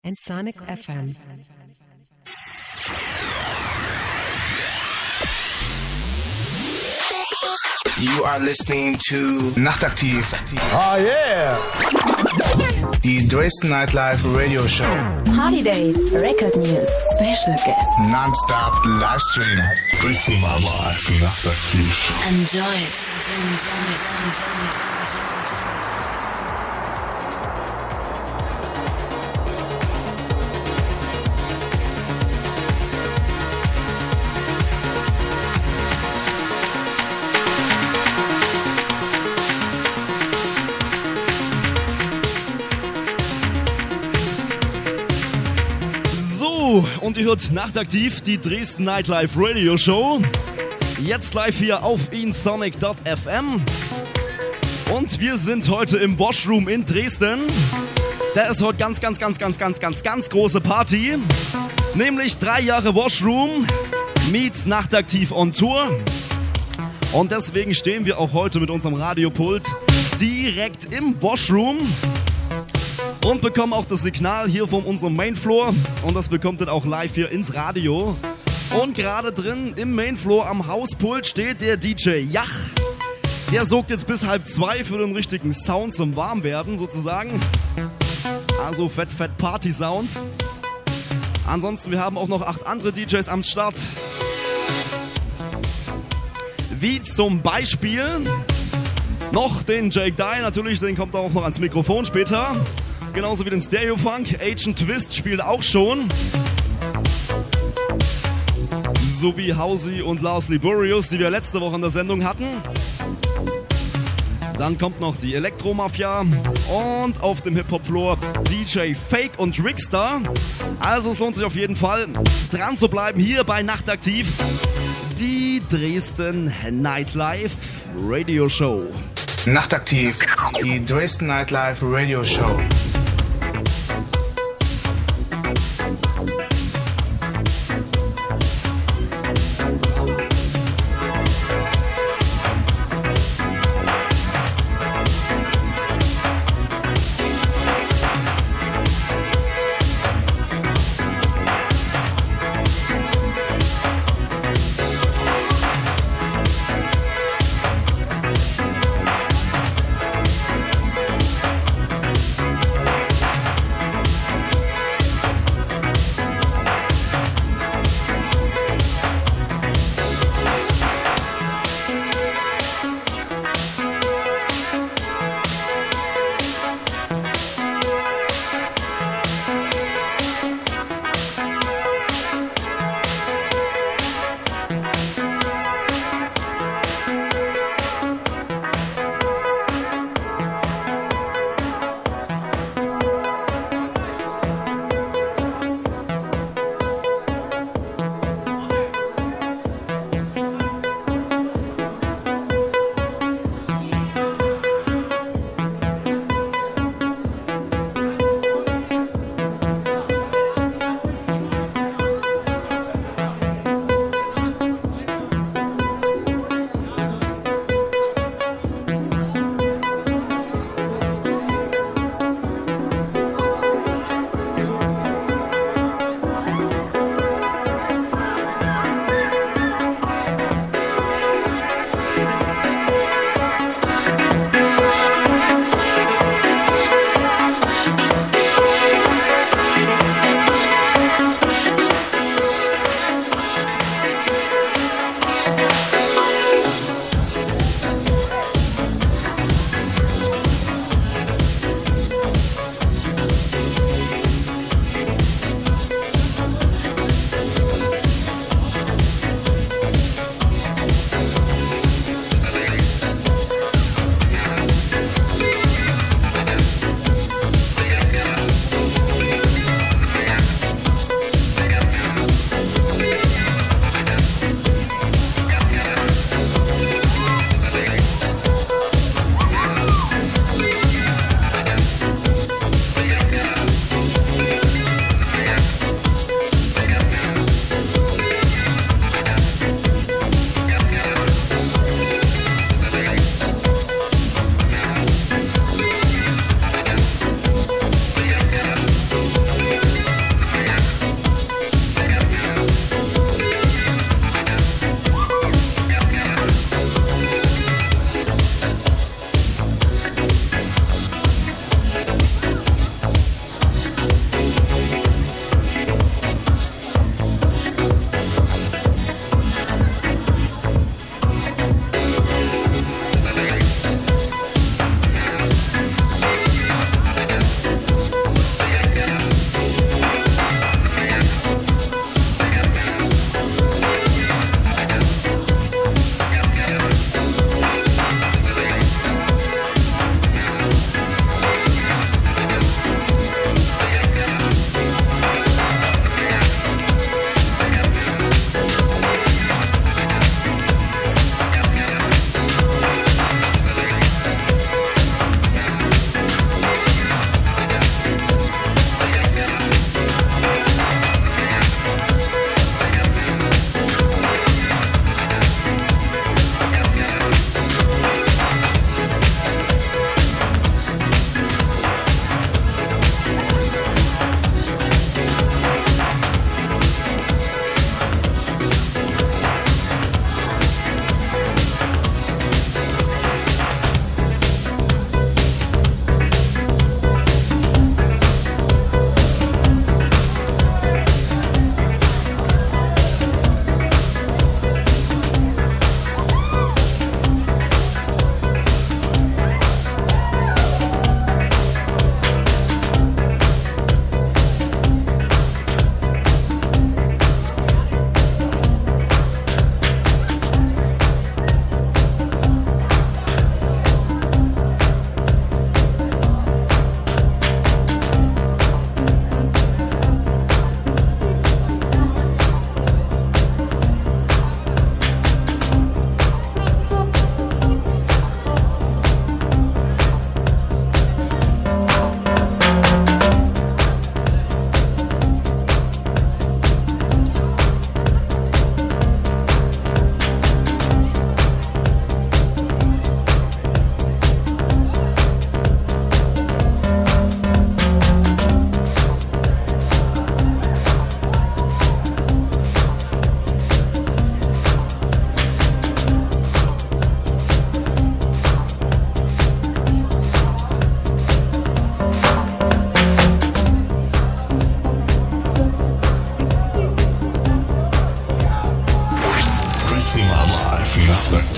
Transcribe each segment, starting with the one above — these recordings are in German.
and Sonic FM. You are listening to Nachtaktiv. Oh yeah! Die Dresden Nightlife Radio Show. Party Day, Record News, Special Guest. Non-stop Livestream. Dresden Nightlife, Nachtaktiv. Enjoy it. Und ihr hört Nachtaktiv, die Dresden Nightlife Radio Show. Jetzt live hier auf insonic.fm. Und wir sind heute im Washroom in Dresden. Da ist heute ganz große Party. Nämlich 3 Jahre Washroom meets Nachtaktiv on Tour. Und deswegen stehen wir auch heute mit unserem Radiopult direkt im Washroom. Und bekommen auch das Signal hier von unserem Mainfloor. Und das bekommt dann auch live hier ins Radio. Und gerade drin im Mainfloor am Hauspult steht der DJ Jach. Der sorgt jetzt bis 1:30 für den richtigen Sound zum Warmwerden sozusagen. Also fett Party-Sound. Ansonsten, wir haben auch noch 8 andere DJs am Start. Wie zum Beispiel noch den Jake Dye, natürlich, den kommt auch noch ans Mikrofon später. Genauso wie den Stereofunk. Agent Twist spielt auch schon. Sowie Hausi und Lars Liborius, die wir letzte Woche in der Sendung hatten. Dann kommt noch die Elektromafia und auf dem Hip-Hop-Floor DJ Fake und Rickstar. Also es lohnt sich auf jeden Fall, dran zu bleiben hier bei Nachtaktiv. Die Dresden Nightlife Radio Show. Nachtaktiv, die Dresden Nightlife Radio Show.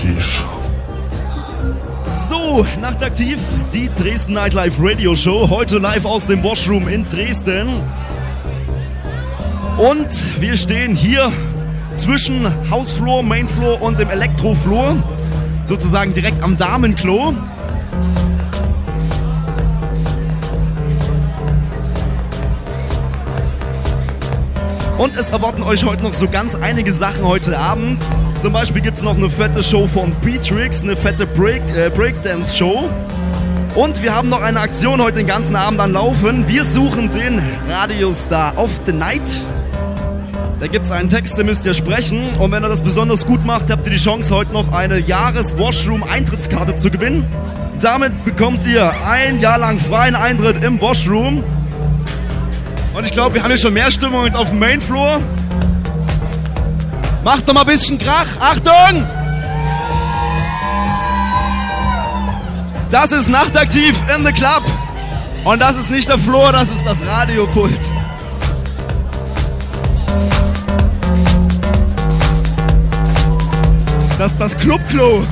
Nachtaktiv. So, Nachtaktiv, die Dresden Nightlife Radio Show, heute live aus dem Washroom in Dresden. Und wir stehen hier zwischen Hausflur, Mainflur und dem Elektroflur, sozusagen direkt am Damenklo. Und es erwarten euch heute noch so ganz einige Sachen heute Abend. Zum Beispiel gibt es noch eine fette Show von Beatrix, eine fette Breakdance-Show. Und wir haben noch eine Aktion heute den ganzen Abend an Laufen. Wir suchen den Radiostar of the Night. Da gibt es einen Text, den müsst ihr sprechen. Und wenn ihr das besonders gut macht, habt ihr die Chance, heute noch eine Jahres-Washroom-Eintrittskarte zu gewinnen. Damit bekommt ihr ein Jahr lang freien Eintritt im Washroom. Und ich glaube, wir haben hier schon mehr Stimmung als auf dem Mainfloor. Macht doch mal ein bisschen Krach. Achtung! Das ist Nachtaktiv in the Club. Und das ist nicht der Floor, das ist das Radiopult. Das ist das Clubklo.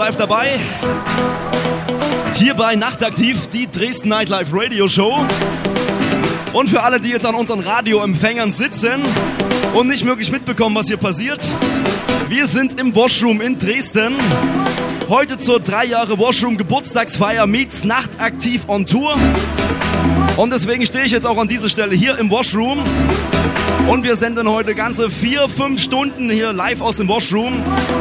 live dabei. Hier bei Nachtaktiv, die Dresden Nightlife Radio Show. Und für alle, die jetzt an unseren Radioempfängern sitzen und nicht wirklich mitbekommen, was hier passiert. Wir sind im Washroom in Dresden. Heute zur 3 Jahre Washroom Geburtstagsfeier meets Nachtaktiv on Tour. Und deswegen stehe ich jetzt auch an dieser Stelle hier im Washroom. Und wir senden heute ganze 4-5 Stunden hier live aus dem Washroom.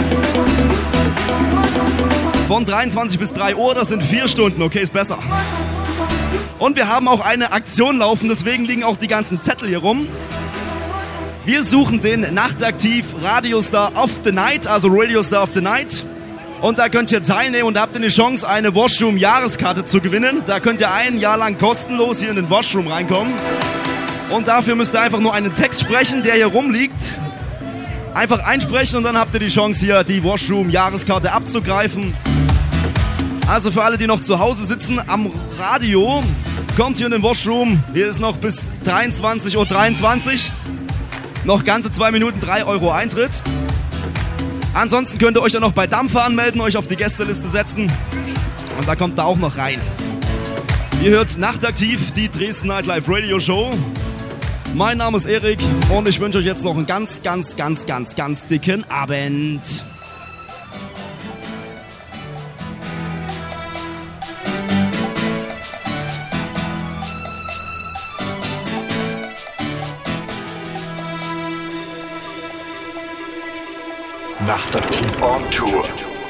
Von 23 bis 3 Uhr, das sind 4 Stunden, okay, ist besser. Und wir haben auch eine Aktion laufen, deswegen liegen auch die ganzen Zettel hier rum. Wir suchen den Nachtaktiv Radiostar of the Night, also Radiostar of the Night. Und da könnt ihr teilnehmen und da habt ihr die Chance, eine Washroom-Jahreskarte zu gewinnen. Da könnt ihr 1 Jahr lang kostenlos hier in den Washroom reinkommen. Und dafür müsst ihr einfach nur einen Text sprechen, der hier rumliegt. Einfach einsprechen und dann habt ihr die Chance, hier die Washroom-Jahreskarte abzugreifen. Also für alle, die noch zu Hause sitzen am Radio, kommt hier in den Washroom. Hier ist noch bis 23:23 Uhr. Noch ganze 2 Minuten, 3 Euro Eintritt. Ansonsten könnt ihr euch ja noch bei Dampfer anmelden, euch auf die Gästeliste setzen. Und da kommt ihr auch noch rein. Ihr hört Nachtaktiv, die Dresden Nightlife Radio Show. Mein Name ist Erik und ich wünsche euch jetzt noch einen ganz dicken Abend. Nachtaktiv on Tour.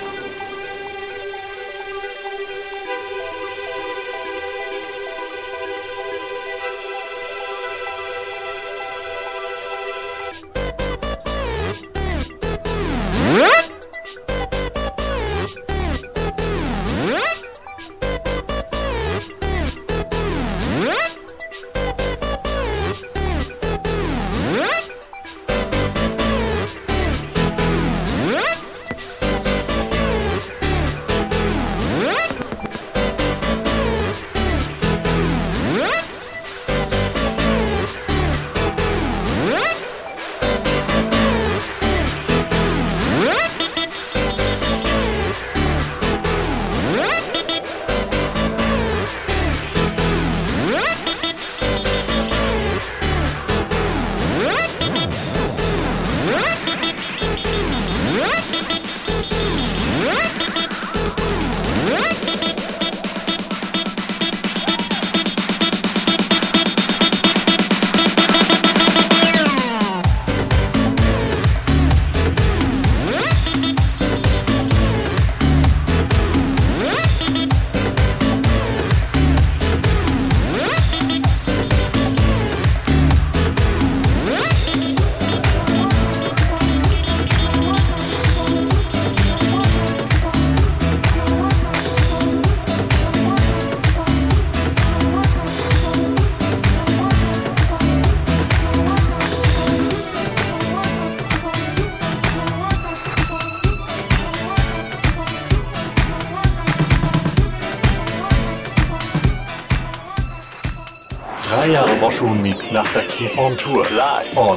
Washroom meets Nachtaktiv on Tour live on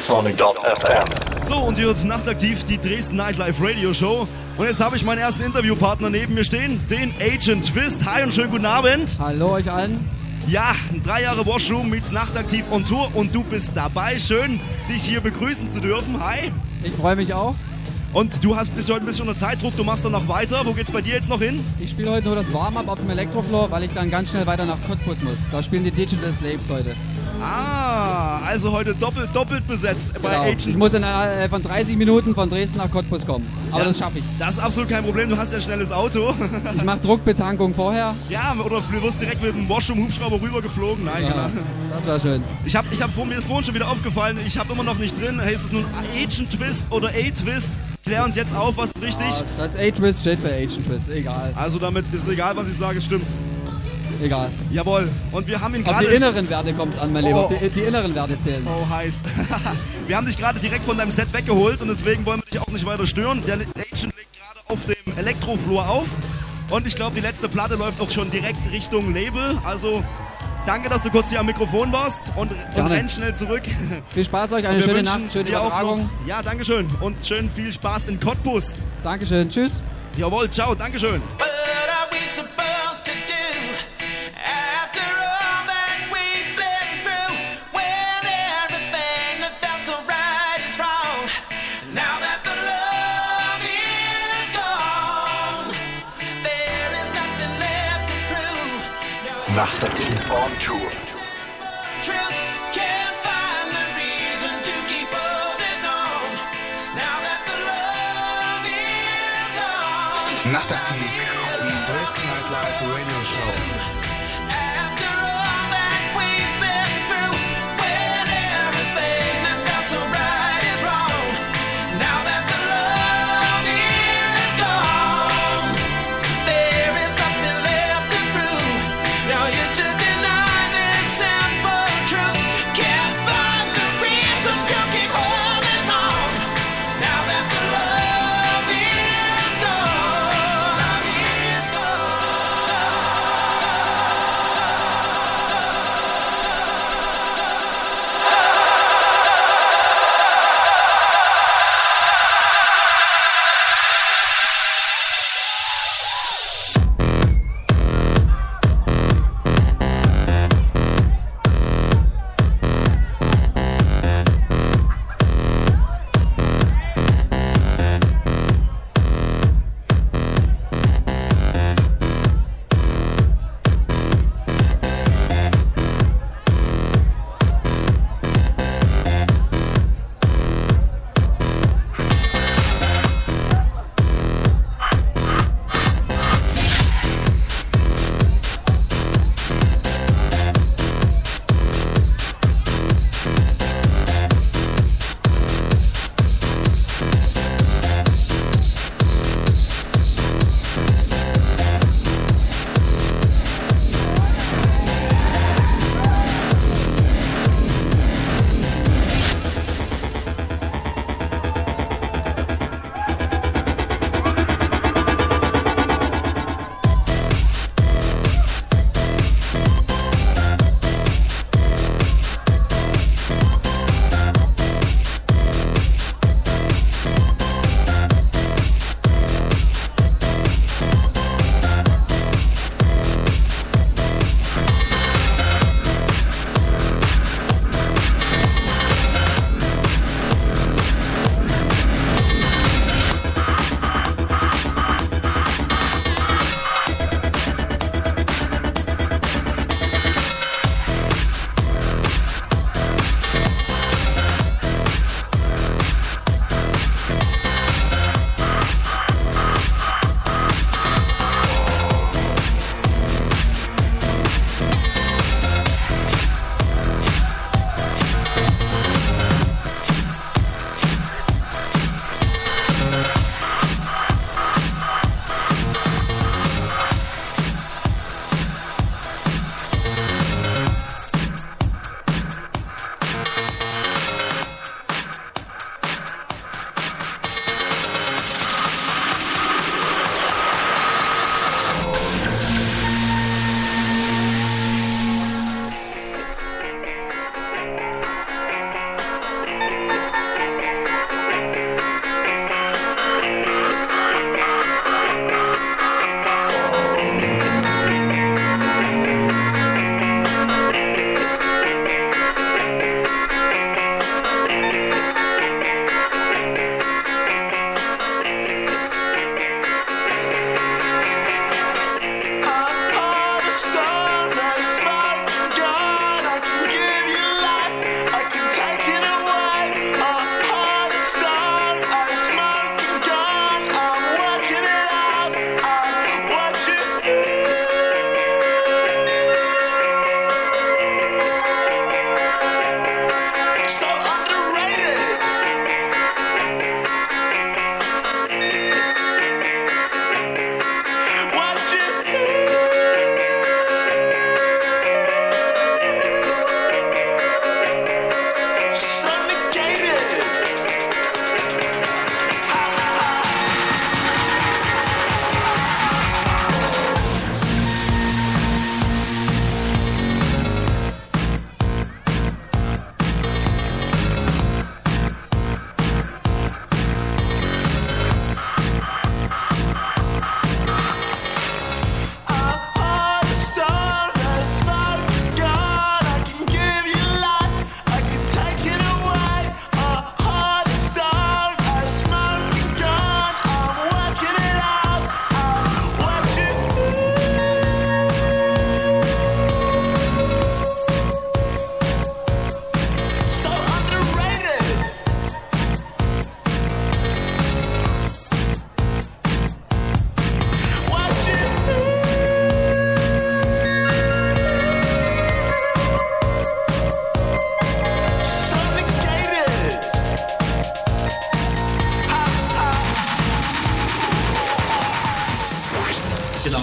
iansonic.fm. So, und ihr hört Nachtaktiv, die Dresden Nightlife Radio Show. Und jetzt habe ich meinen ersten Interviewpartner neben mir stehen, den Agent Twist. Hi und schönen guten Abend. Hallo euch allen. Ja, 3 Jahre Washroom meets Nachtaktiv on Tour und du bist dabei. Schön, dich hier begrüßen zu dürfen. Hi. Ich freue mich auch. Und du bist heute ein bisschen unter Zeitdruck, du machst dann noch weiter. Wo geht's bei dir jetzt noch hin? Ich spiele heute nur das Warm-Up auf dem Elektrofloor, weil ich dann ganz schnell weiter nach Cottbus muss. Da spielen die Digital Slaves heute. Ah, also heute doppelt besetzt bei Genau. Agent. Ich muss von 30 Minuten von Dresden nach Cottbus kommen. Aber ja, das schaffe ich. Das ist absolut kein Problem, du hast ja ein schnelles Auto. Ich mache Druckbetankung vorher. Ja, oder du wirst direkt mit dem Washroom-Hubschrauber rübergeflogen. Nein, Ja, genau. das war schön. Mir ist vorhin schon wieder aufgefallen, ich habe immer noch nicht drin, heißt es nun Agent Twist oder A-Twist? Klär uns jetzt auf, was ist richtig? Ja, das A-Twist steht für Agent Twist, egal. Also damit ist egal, was ich sage, es stimmt. Egal. Jawohl. Und wir haben ihn Auf gerade... die inneren Werte kommt es an, mein Lieber. Oh. Die inneren Werte zählen. Oh, heiß. Wir haben dich gerade direkt von deinem Set weggeholt und deswegen wollen wir dich auch nicht weiter stören. Der Agent legt gerade auf dem Elektrofloor auf und ich glaube, die letzte Platte läuft auch schon direkt Richtung Label. Also danke, dass du kurz hier am Mikrofon warst und renn schnell zurück. Viel Spaß euch, eine Wir schöne wünschen Nacht, schöne dir auch Übertragung. noch, ja, danke schön und schön viel Spaß in Cottbus. Dankeschön, tschüss. Jawohl, ciao, Dankeschön. Nachtaktiv on Tour. Nachtaktiv, die Dresden Nightlife Radio Show.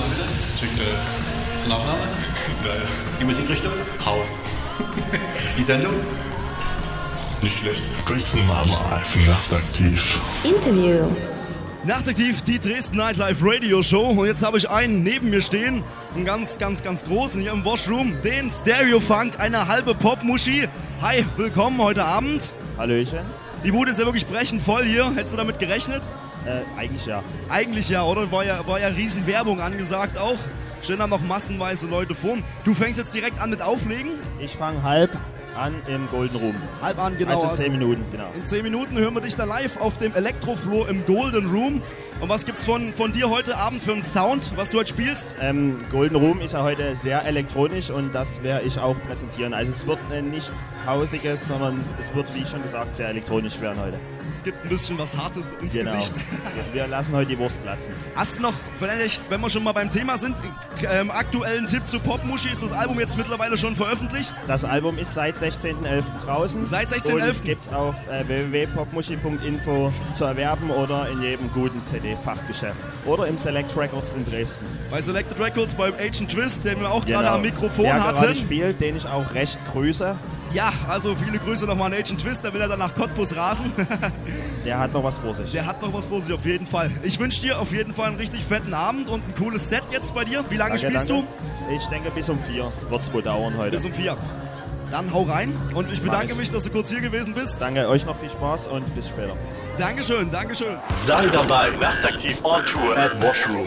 Nachname bitte? Chick-Dale. Nachname? Dale. Die Musikrichtung? Haus. Die Sendung? Nicht schlecht. Dresden Nightlife, nachtaktiv. Interview. Nachtaktiv, die Dresden Nightlife Radio Show. Und jetzt habe ich einen neben mir stehen, einen ganz großen hier im Washroom, den Stereo Funk, eine halbe Popmuschi. Hi, willkommen heute Abend. Hallöchen. Die Bude ist ja wirklich brechend voll hier. Hättest du damit gerechnet? Eigentlich ja. Eigentlich ja, oder? War ja riesen Werbung angesagt auch. Stehen da noch massenweise Leute vor. Du fängst jetzt direkt an mit Auflegen? Ich fange halb an im Golden Room. Halb an, genau. Also in 10 Minuten, genau. In 10 Minuten hören wir dich da live auf dem Elektrofloor im Golden Room. Und was gibt's von dir heute Abend für einen Sound, was du heute spielst? Golden Room ist ja heute sehr elektronisch und das werde ich auch präsentieren. Also es wird nichts Hausiges, sondern es wird, wie schon gesagt, sehr elektronisch werden heute. Es gibt ein bisschen was Hartes ins Genau. Gesicht. Wir lassen heute die Wurst platzen. Hast du noch, vielleicht, wenn wir schon mal beim Thema sind, aktuellen Tipp zu Popmuschi? Ist das Album jetzt mittlerweile schon veröffentlicht? Das Album ist seit 16.11. draußen. Seit 16.11. Und gibt es auf www.popmuschi.info zu erwerben oder in jedem guten CD-Fachgeschäft. Oder im Select Records in Dresden. Bei Selected Records, beim Agent Twist, den wir auch Genau. gerade am Mikrofon der hatten. gerade spielt, den ich auch recht grüße. Ja, also viele Grüße nochmal an Agent Twist, der will ja dann nach Cottbus rasen. Der hat noch was vor sich. Der hat noch was vor sich, auf jeden Fall. Ich wünsche dir auf jeden Fall einen richtig fetten Abend und ein cooles Set jetzt bei dir. Wie lange spielst du? Ich denke bis um 4 wird es wohl dauern heute. Bis um 4. Dann hau rein und ich bedanke mich, dass du kurz hier gewesen bist. Danke euch noch viel Spaß und bis später. Dankeschön, Dankeschön. Sei dabei, nachtaktiv on Tour at Washroom.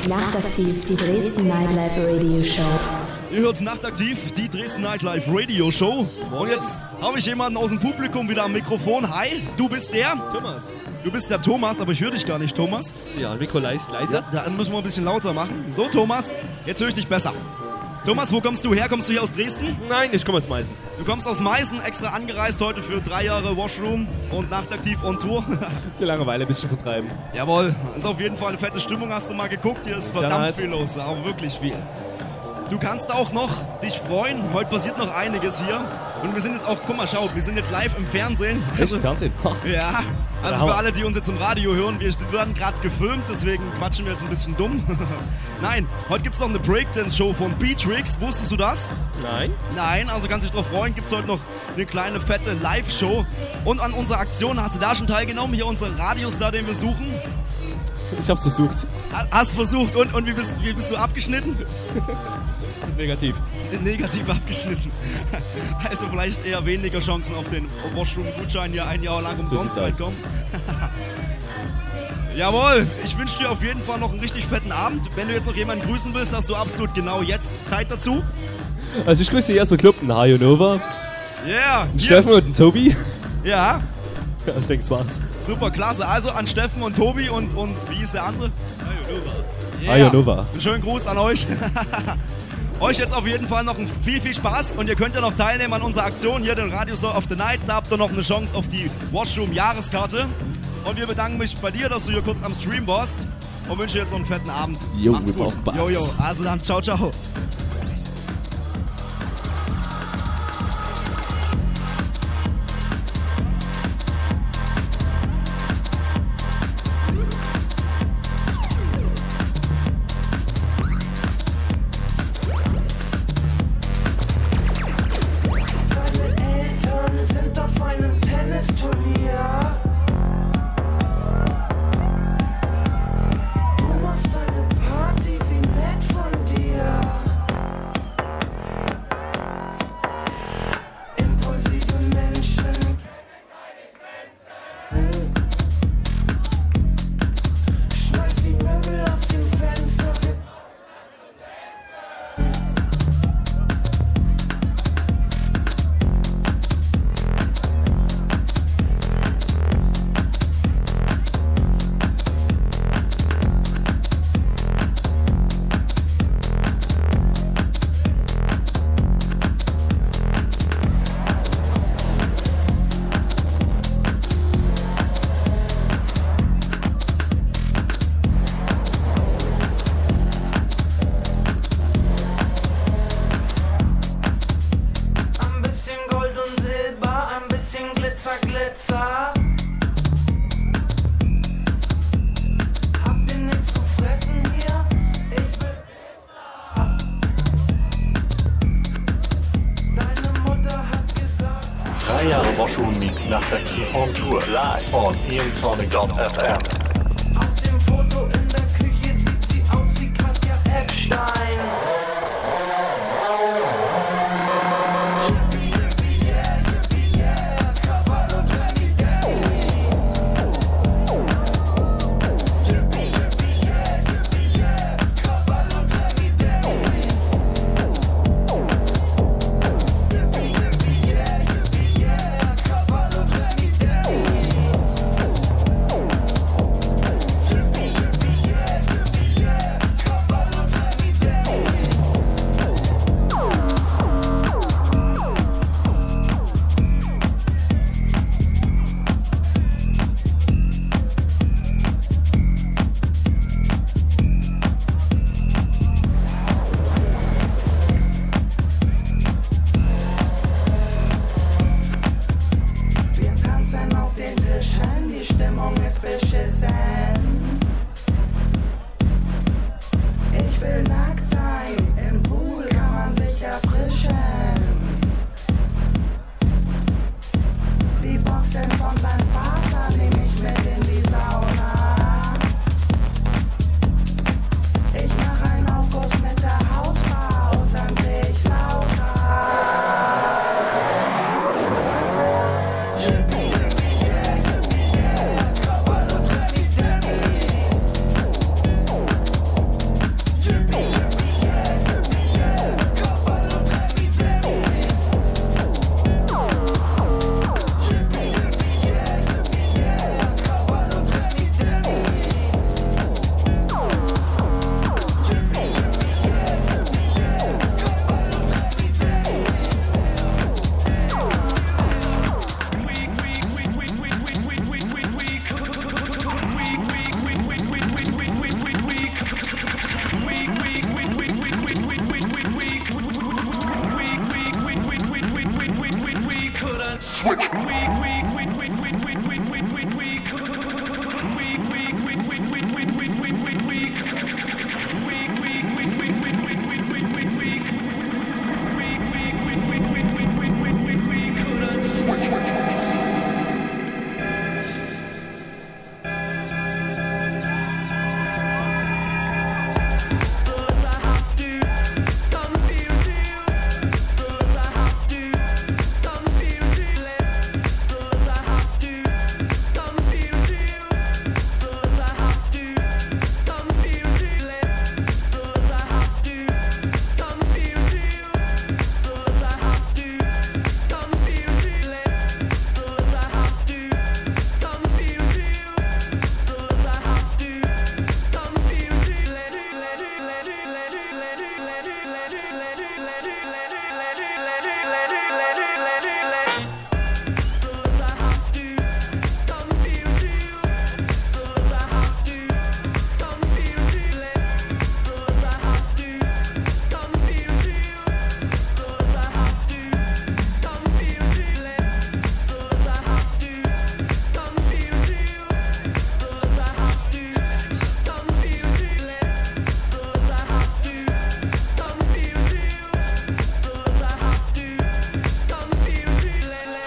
Nachtaktiv, die Dresden Nightlife Radio Show. Ihr hört Nachtaktiv, die Dresden Nightlife Radio Show. Und jetzt habe ich jemanden aus dem Publikum wieder am Mikrofon. Hi, du bist der? Thomas. Du bist der Thomas, aber ich höre dich gar nicht, Thomas. Ja, Mikro leiser. Ja, dann müssen wir ein bisschen lauter machen. So, Thomas, jetzt höre ich dich besser. Thomas, wo kommst du her? Kommst du hier aus Dresden? Nein, ich komme aus Meißen. Du kommst aus Meißen, extra angereist heute für 3 Jahre Washroom und Nachtaktiv on Tour. Die Langeweile ein bisschen vertreiben. Jawohl, ist auf jeden Fall eine fette Stimmung, hast du mal geguckt. Hier ist verdammt nice. viel los, aber wirklich viel. Du kannst auch noch dich freuen, heute passiert noch einiges hier. Und wir sind jetzt auch, guck mal, schau, wir sind jetzt live im Fernsehen. Echt? Fernsehen? Ja, also für alle, die uns jetzt im Radio hören, wir werden gerade gefilmt, deswegen quatschen wir jetzt ein bisschen dumm. Nein, heute gibt es noch eine Breakdance-Show von Beatrix, wusstest du das? Nein. Nein, also kannst dich drauf freuen, gibt es heute noch eine kleine, fette Live-Show. Und an unserer Aktion, hast du da schon teilgenommen? Hier unsere Radiostar, den wir suchen. Ich hab's versucht. Hast versucht und wie bist du abgeschnitten? Negativ. Negativ abgeschnitten. Also vielleicht eher weniger Chancen auf den Washroom-Gutschein hier 1 Jahr lang umsonst reinkommen. Jawohl, ich wünsche dir auf jeden Fall noch einen richtig fetten Abend. Wenn du jetzt noch jemanden grüßen willst, hast du absolut genau jetzt Zeit dazu. Also ich grüße hier erst Club, einen Hajo Nova, Yeah. einen Steffen und einen Tobi. Ja. Ja, ich denke, es war's. Super, klasse. Also an Steffen und Tobi und wie ist der andere? Hajo Nova. Einen schönen Gruß an euch. Euch jetzt auf jeden Fall noch viel Spaß und ihr könnt ja noch teilnehmen an unserer Aktion hier, den Radio Store of the Night. Da habt ihr noch eine Chance auf die Washroom-Jahreskarte. Und wir bedanken mich bei dir, dass du hier kurz am Stream warst und wünsche dir jetzt noch einen fetten Abend. Jo, Macht's gut. Jo, also dann, ciao, ciao. Washroom meets Nachtaktiv on Tour live on IanSonic.fm. Auf dem Foto in der Küche sieht sie aus wie Katja Epstein.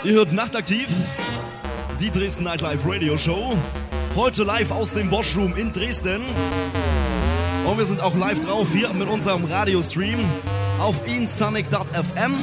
Ihr hört Nachtaktiv, die Dresden Nightlife Radio Show. Heute live aus dem Washroom in Dresden. Und wir sind auch live drauf hier mit unserem Radiostream auf insonic.fm,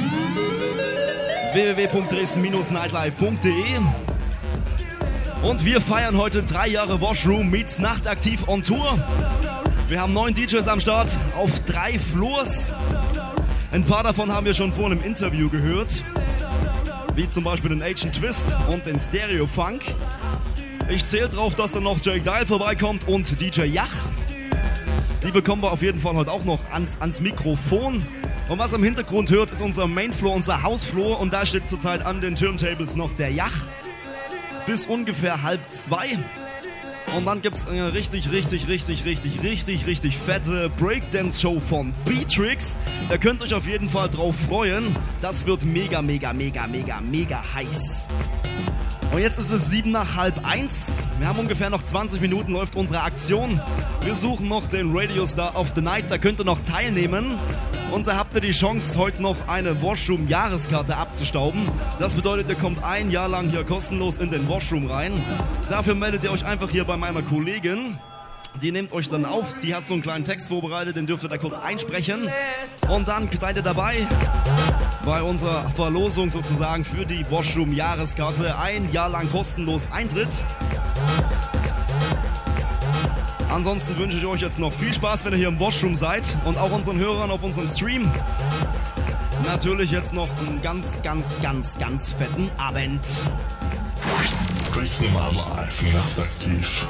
www.dresden-nightlife.de. Und wir feiern heute 3 Jahre Washroom meets Nachtaktiv on Tour. Wir haben 9 DJs am Start auf 3 Floors. Ein paar davon haben wir schon vorhin im Interview gehört, wie zum Beispiel den Agent Twist und den Stereo Funk. Ich zähle drauf, dass dann noch Jake Dial vorbeikommt und DJ Yach. Die bekommen wir auf jeden Fall heute auch noch ans Mikrofon. Und was im Hintergrund hört, ist unser Mainfloor, unser Hausfloor. Und da steht zurzeit an den Turntables noch der Yach. Bis ungefähr 1:30. Und dann gibt es eine richtig fette Breakdance-Show von Beatrix. Ihr könnt euch auf jeden Fall drauf freuen. Das wird mega heiß. Und jetzt ist es 1:07. Wir haben ungefähr noch 20 Minuten, läuft unsere Aktion. Wir suchen noch den Radio Star of the Night, da könnt ihr noch teilnehmen. Und da habt ihr die Chance, heute noch eine Washroom-Jahreskarte abzustauben. Das bedeutet, ihr kommt 1 Jahr lang hier kostenlos in den Washroom rein. Dafür meldet ihr euch einfach hier bei meiner Kollegin. Die nehmt euch dann auf, die hat so einen kleinen Text vorbereitet, den dürft ihr da kurz einsprechen. Und dann seid ihr dabei bei unserer Verlosung sozusagen für die Washroom-Jahreskarte. 1 Jahr lang kostenlos Eintritt. Ansonsten wünsche ich euch jetzt noch viel Spaß, wenn ihr hier im Washroom seid und auch unseren Hörern auf unserem Stream. Natürlich jetzt noch einen ganz fetten Abend. Dresden Nightlife, Nachtaktiv.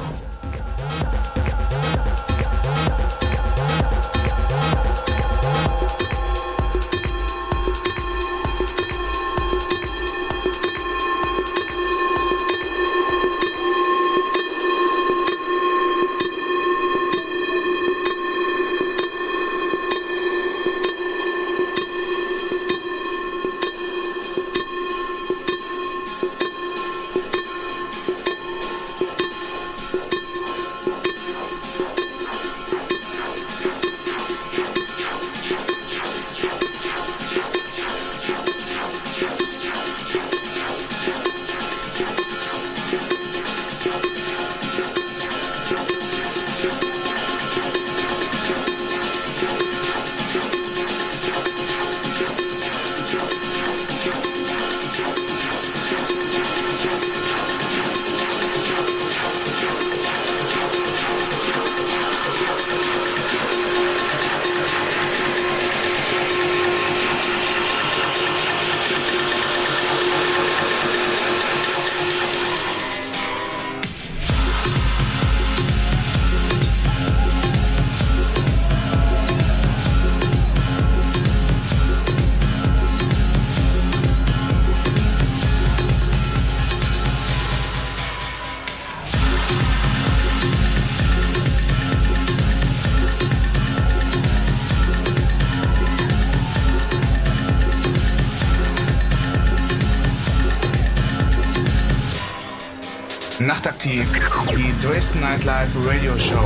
Nachtaktiv, die Dresden Nightlife Radio Show.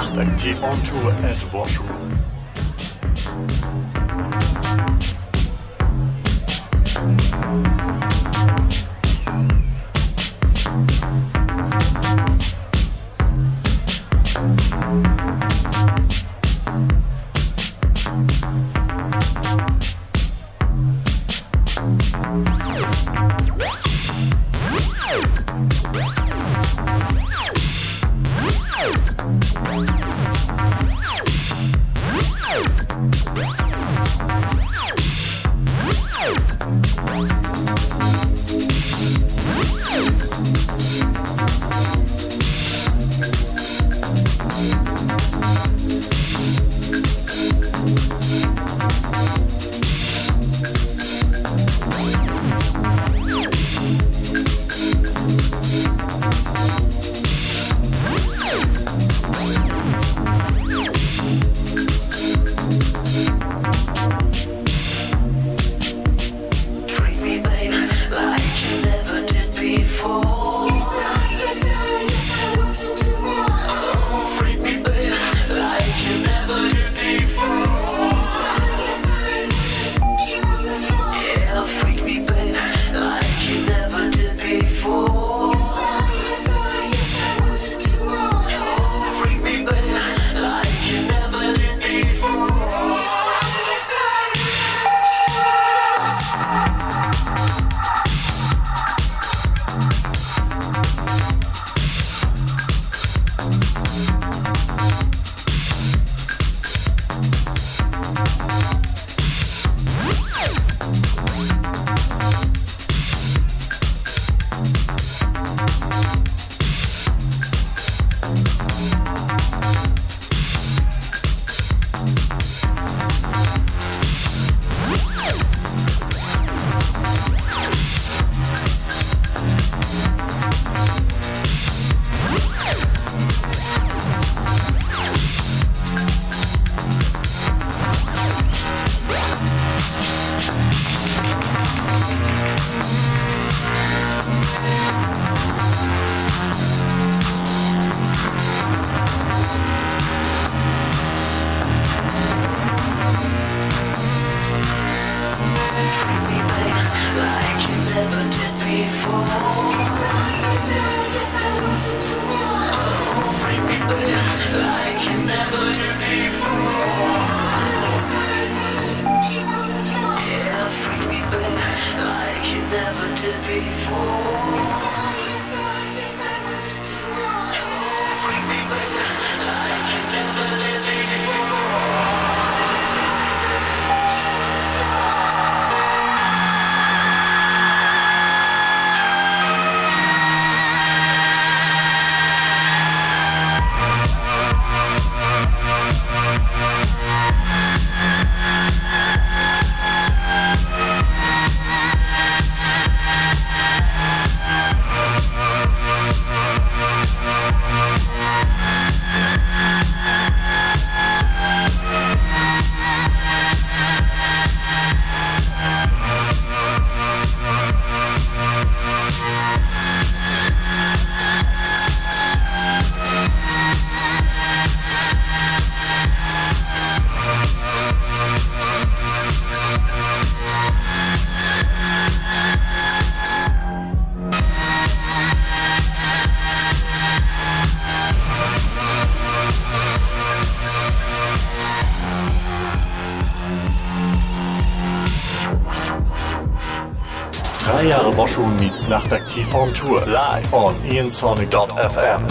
Nachtaktiv on Tour at Washroom. Washroom meets Nachtaktiv on Tour live on IanSonic.fm.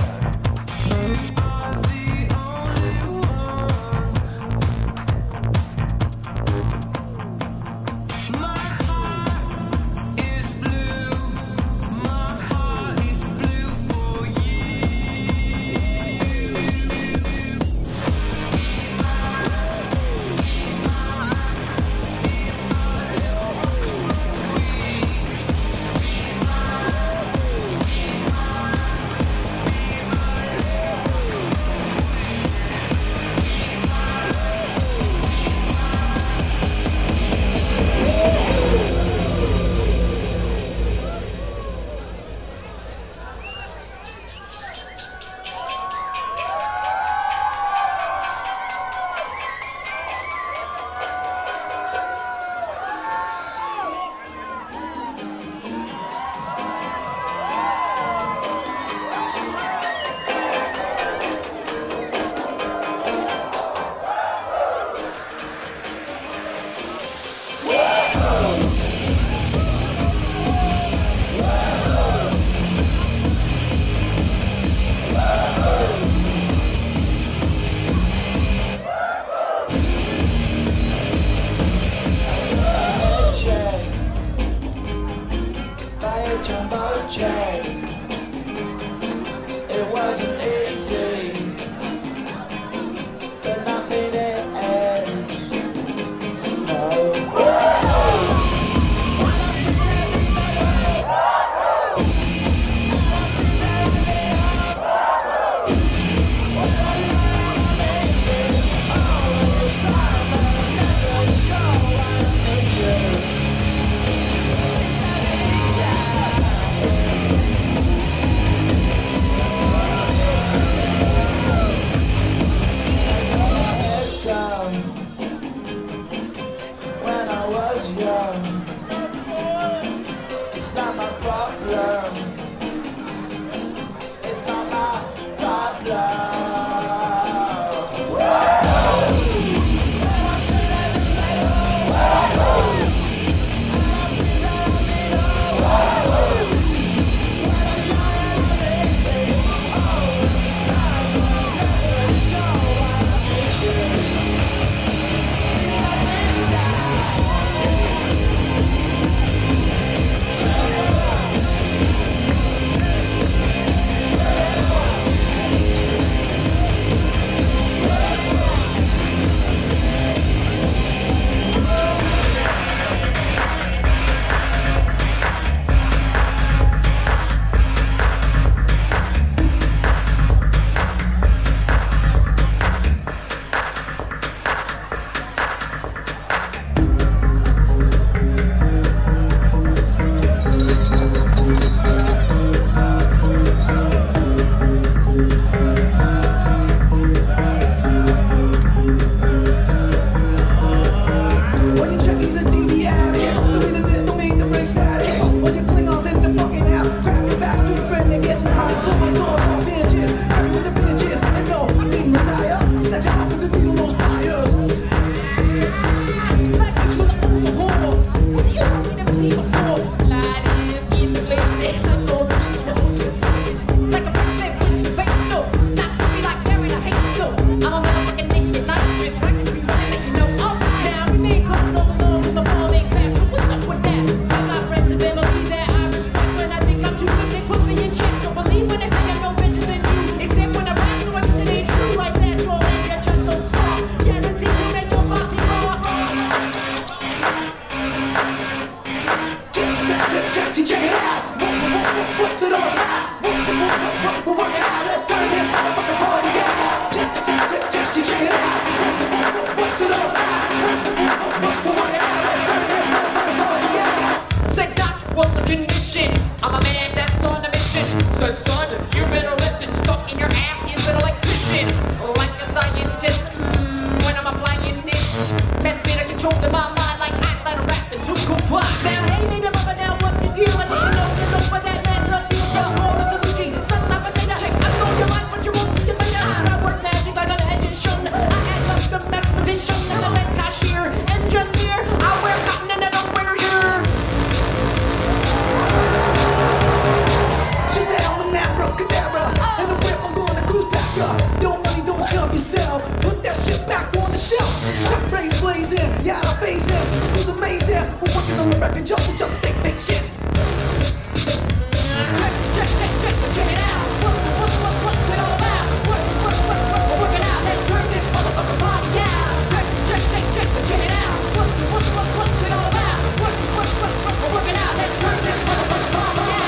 on the record, just think big shit. Check it out. What's it all about? Work it out. Let's turn this motherfucking party out. Check it out. What's it all about? Work it out. Let's turn this motherfucking party out.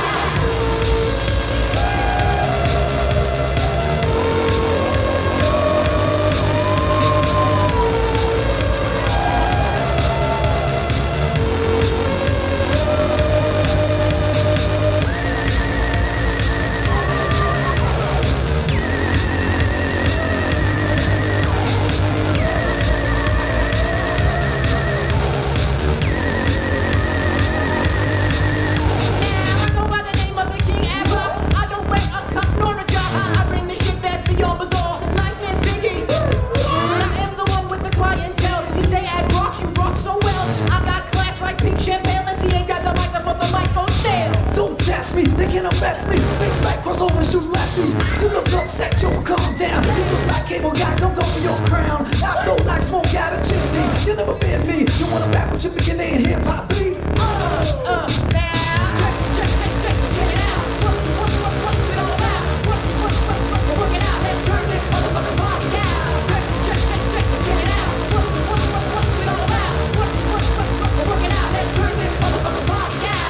Best me, big back, cross over, shoot left you. You look upset, yo, calm down. You look like cable guy dumped over your crown. I blow like smoke out of chimney. You never been me. You wanna rap with your beginning in hip hop beat? Now. Check it out. What's it all about? Work it out. Let's turn this motherfucking party out. Check it out. What's it all about? Work it out. Let's turn this motherfucking party out.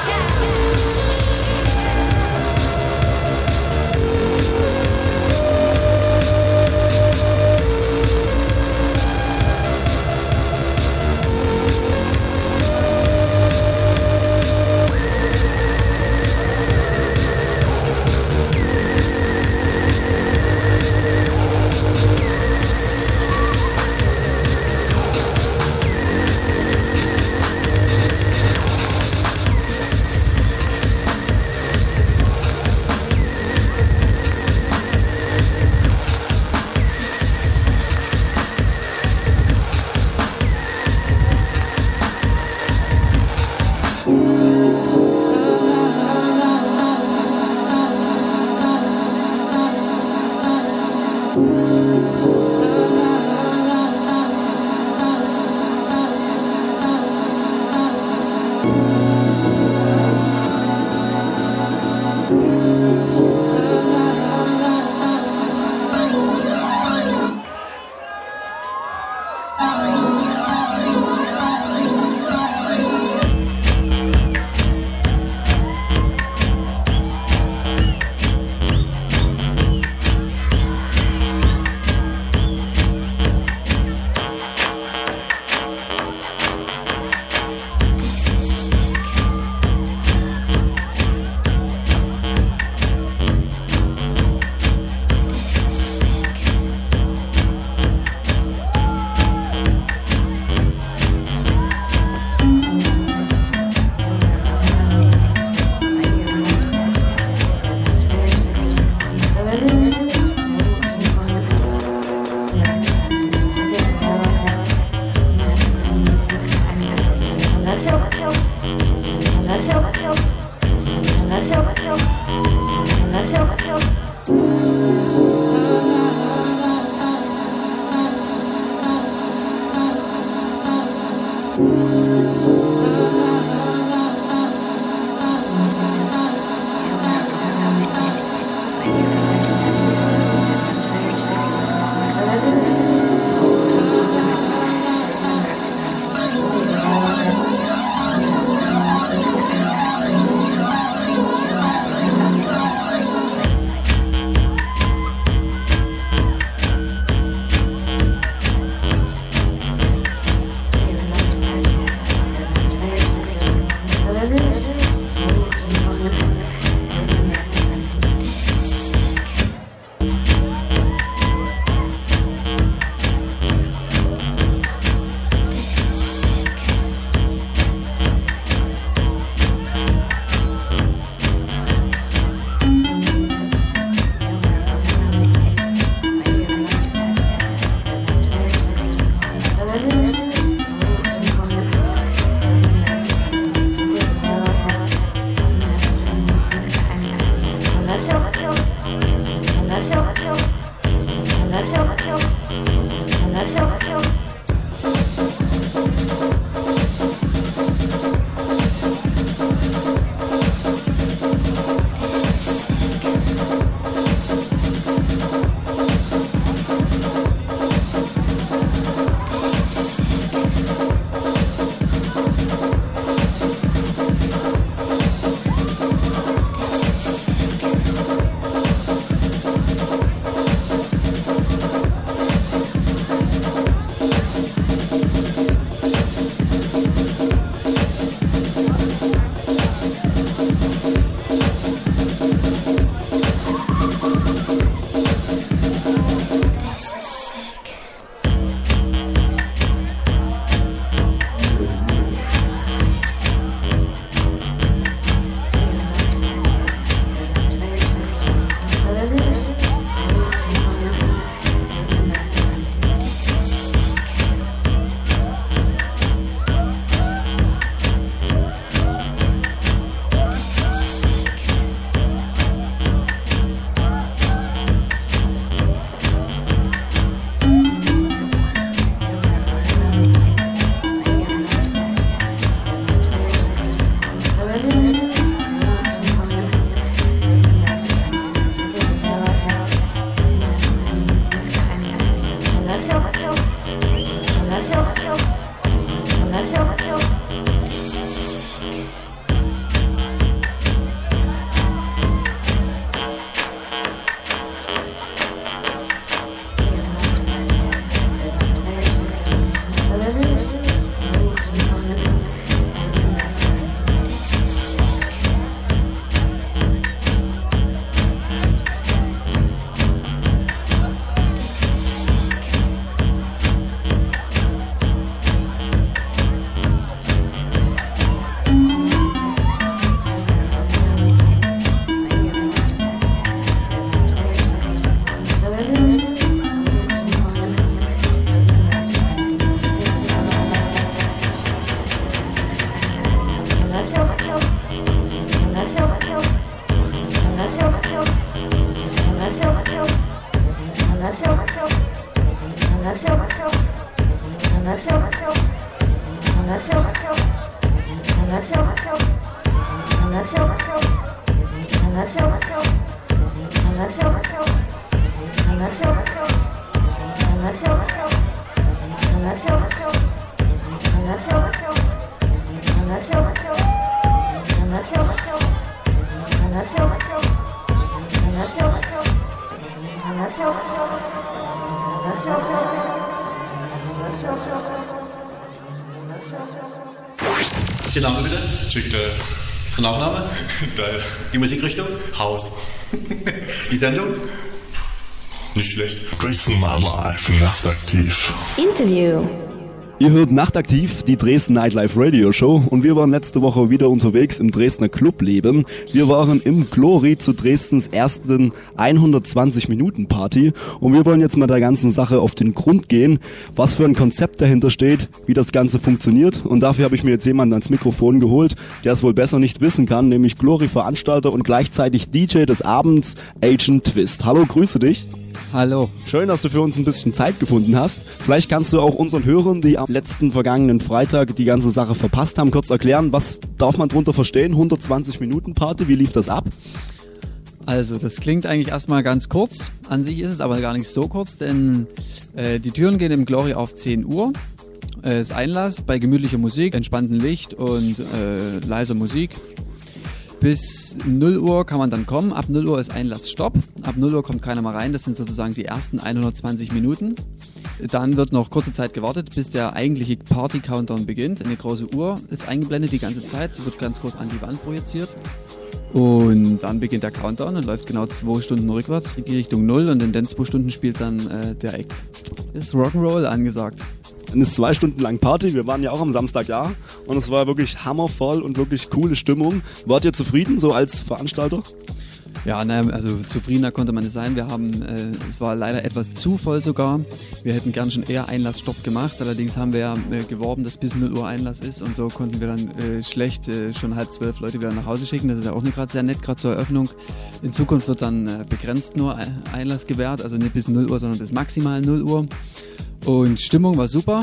Der Name bitte? Der Nachname? Die Musikrichtung? Haus. Die Sendung? Nicht schlecht. Dresden Nightlife nachtaktiv. Interview. Ihr hört nachtaktiv die Dresden Nightlife Radio Show und wir waren letzte Woche wieder unterwegs im Dresdner Clubleben. Wir waren im Glory zu Dresdens ersten 120-Minuten-Party und wir wollen jetzt mal der ganzen Sache auf den Grund gehen, was für ein Konzept dahinter steht, wie das Ganze funktioniert und dafür habe ich mir jetzt jemanden ans Mikrofon geholt, der es wohl besser nicht wissen kann, nämlich Glory-Veranstalter und gleichzeitig DJ des Abends, Agent Twist. Hallo, grüße dich. Hallo. Schön, dass du für uns ein bisschen Zeit gefunden hast. Vielleicht kannst du auch unseren Hörern, die am letzten vergangenen Freitag die ganze Sache verpasst haben, kurz erklären, was darf man drunter verstehen? 120-Minuten-Party, wie lief das ab? Also, das klingt eigentlich erstmal ganz kurz. An sich ist es aber gar nicht so kurz, denn die Türen gehen im Glory auf 10 Uhr. Ist Einlass bei gemütlicher Musik, entspanntem Licht und leiser Musik. Bis 0 Uhr kann man dann kommen. Ab 0 Uhr ist Einlassstopp. Ab 0 Uhr kommt keiner mehr rein. Das sind sozusagen die ersten 120 Minuten. Dann wird noch kurze Zeit gewartet, bis der eigentliche Party-Countdown beginnt. Eine große Uhr ist eingeblendet die ganze Zeit. Die wird ganz groß an die Wand projiziert. Und dann beginnt der Countdown und läuft genau 2 Stunden rückwärts in Richtung 0. Und in den 2 Stunden spielt dann der Act. Ist Rock'n'Roll angesagt. Dann ist 2 Stunden lang Party, wir waren ja auch am Samstag da und es war wirklich hammervoll und wirklich coole Stimmung. Wart ihr zufrieden, so als Veranstalter? Ja, also zufriedener konnte man nicht sein. Wir haben, es war leider etwas zu voll sogar. Wir hätten gern schon eher Einlassstopp gemacht, allerdings haben wir ja geworben, dass bis 0 Uhr Einlass ist und so konnten wir dann schlecht schon 11:30 Leute wieder nach Hause schicken. Das ist ja auch nicht gerade sehr nett, gerade zur Eröffnung. In Zukunft wird dann begrenzt nur Einlass gewährt, also nicht bis 0 Uhr, sondern bis maximal 0 Uhr. Und Stimmung war super.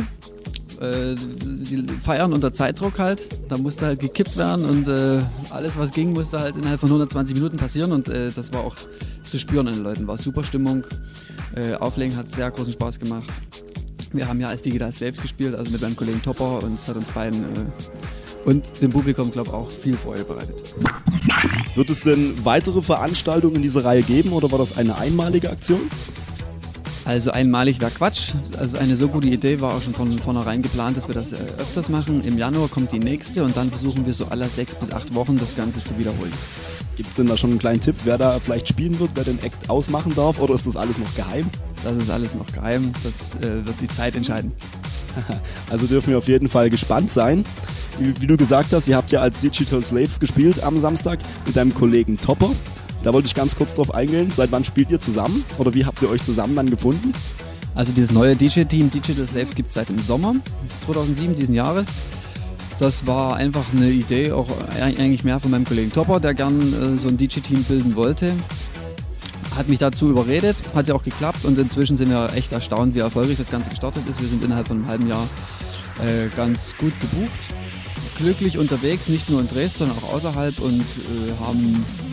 Die feiern unter Zeitdruck halt. Da musste halt gekippt werden und alles, was ging, musste halt innerhalb von 120 Minuten passieren. Und das war auch zu spüren an den Leuten. War super Stimmung. Auflegen hat sehr großen Spaß gemacht. Wir haben ja als Digital Slaves gespielt, also mit meinem Kollegen Topper. Und es hat uns beiden und dem Publikum, glaube ich, auch viel Freude bereitet. Wird es denn weitere Veranstaltungen in dieser Reihe geben oder war das eine einmalige Aktion? Also einmalig wäre Quatsch. Also eine so gute Idee war auch schon von vornherein geplant, dass wir das öfters machen. Im Januar kommt die nächste und dann versuchen wir so alle 6 bis 8 Wochen das Ganze zu wiederholen. Gibt es denn da schon einen kleinen Tipp, wer da vielleicht spielen wird, wer den Act ausmachen darf oder ist das alles noch geheim? Das ist alles noch geheim, das wird die Zeit entscheiden. Also dürfen wir auf jeden Fall gespannt sein. Wie du gesagt hast, ihr habt ja als Digital Slaves gespielt am Samstag mit deinem Kollegen Topper. Da wollte ich ganz kurz drauf eingehen. Seit wann spielt ihr zusammen? Oder wie habt ihr euch zusammen dann gefunden? Also dieses neue DJ-Team Digital Slaves gibt es seit dem Sommer 2007 diesen Jahres. Das war einfach eine Idee, auch eigentlich mehr von meinem Kollegen Topper, der gern so ein DJ-Team bilden wollte. Hat mich dazu überredet, hat ja auch geklappt und inzwischen sind wir echt erstaunt, wie erfolgreich das Ganze gestartet ist. Wir sind innerhalb von einem halben Jahr ganz gut gebucht, glücklich unterwegs, nicht nur in Dresden, sondern auch außerhalb und haben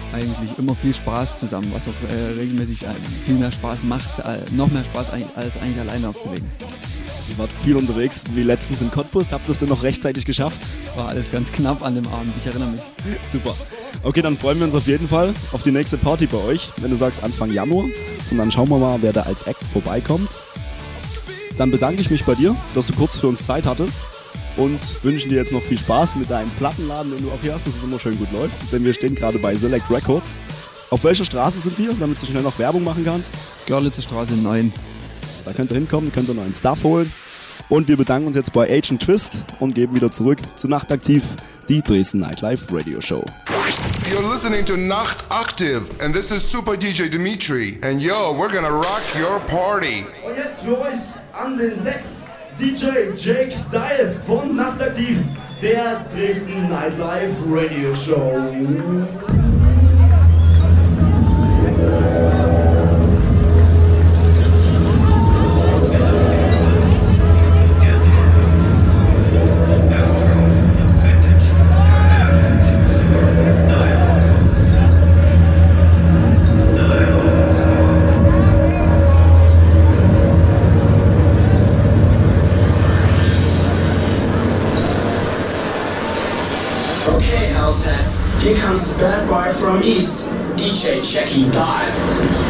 eigentlich immer viel Spaß zusammen, was auch regelmäßig viel mehr Spaß macht, noch mehr Spaß als eigentlich alleine aufzulegen. Ihr wart viel unterwegs, wie letztens in Cottbus. Habt ihr es denn noch rechtzeitig geschafft? War alles ganz knapp an dem Abend, ich erinnere mich. Super. Okay, dann freuen wir uns auf jeden Fall auf die nächste Party bei euch, wenn du sagst Anfang Januar. Und dann schauen wir mal, wer da als Act vorbeikommt. Dann bedanke ich mich bei dir, dass du kurz für uns Zeit hattest und wünschen dir jetzt noch viel Spaß mit deinem Plattenladen, den du auch hier hast, dass es immer schön gut läuft. Denn wir stehen gerade bei Select Records. Auf welcher Straße sind wir, damit du schnell noch Werbung machen kannst? Görlitzer Straße 9. Da könnt ihr hinkommen, könnt ihr noch einen Stuff holen. Und wir bedanken uns jetzt bei Agent Twist und geben wieder zurück zu Nachtaktiv, die Dresden Nightlife Radio Show. You're listening to Nacht Active and this is Super DJ Dimitri. And yo, we're gonna rock your party. Und jetzt für euch an den Decks DJ Jake Dial von Nachtaktiv, der Dresden Nightlife Radio Show. Okay, househeads, here comes the bad boy from East, DJ Jackie Dial.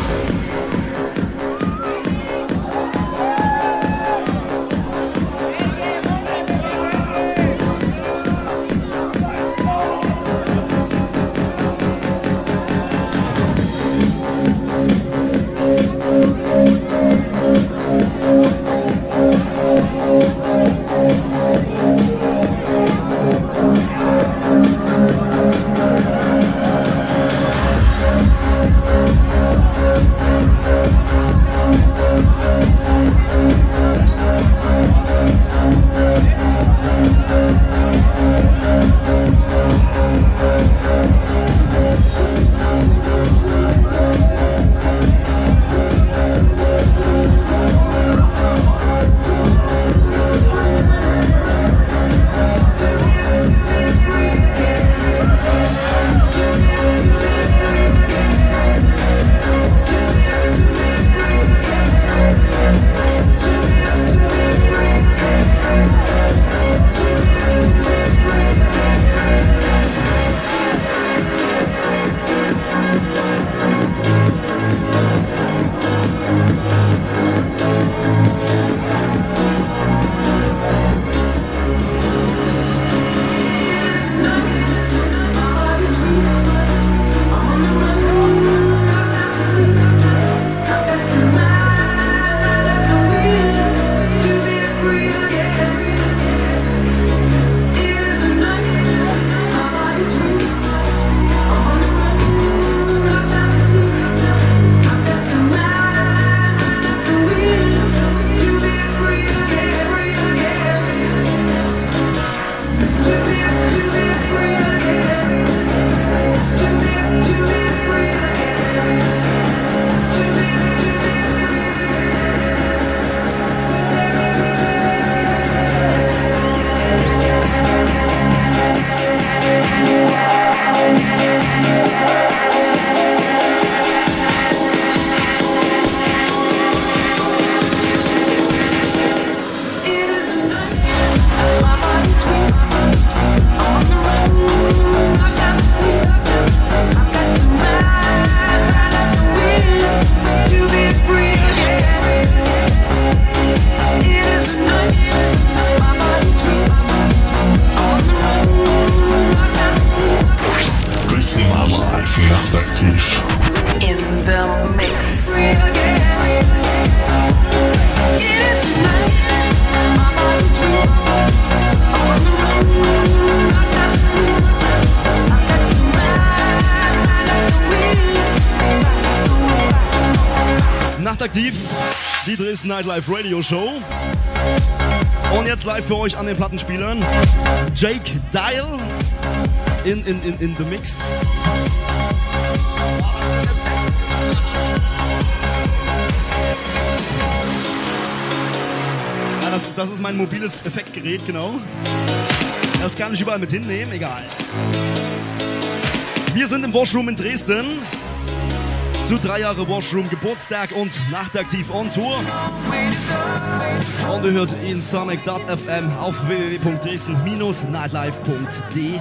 Nachtaktiv. In the mix. Nachtaktiv, die Dresden Nightlife Radio Show. Und jetzt live für euch an den Plattenspielern Jake Dial in the Mix. Ja, das ist mein mobiles Effektgerät, genau. Das kann ich überall mit hinnehmen, egal. Wir sind im Washroom in Dresden. Zu 3 Jahre Washroom Geburtstag und nachtaktiv on Tour. Und ihr hört in Sonic.fm auf www.dresden-nightlife.de.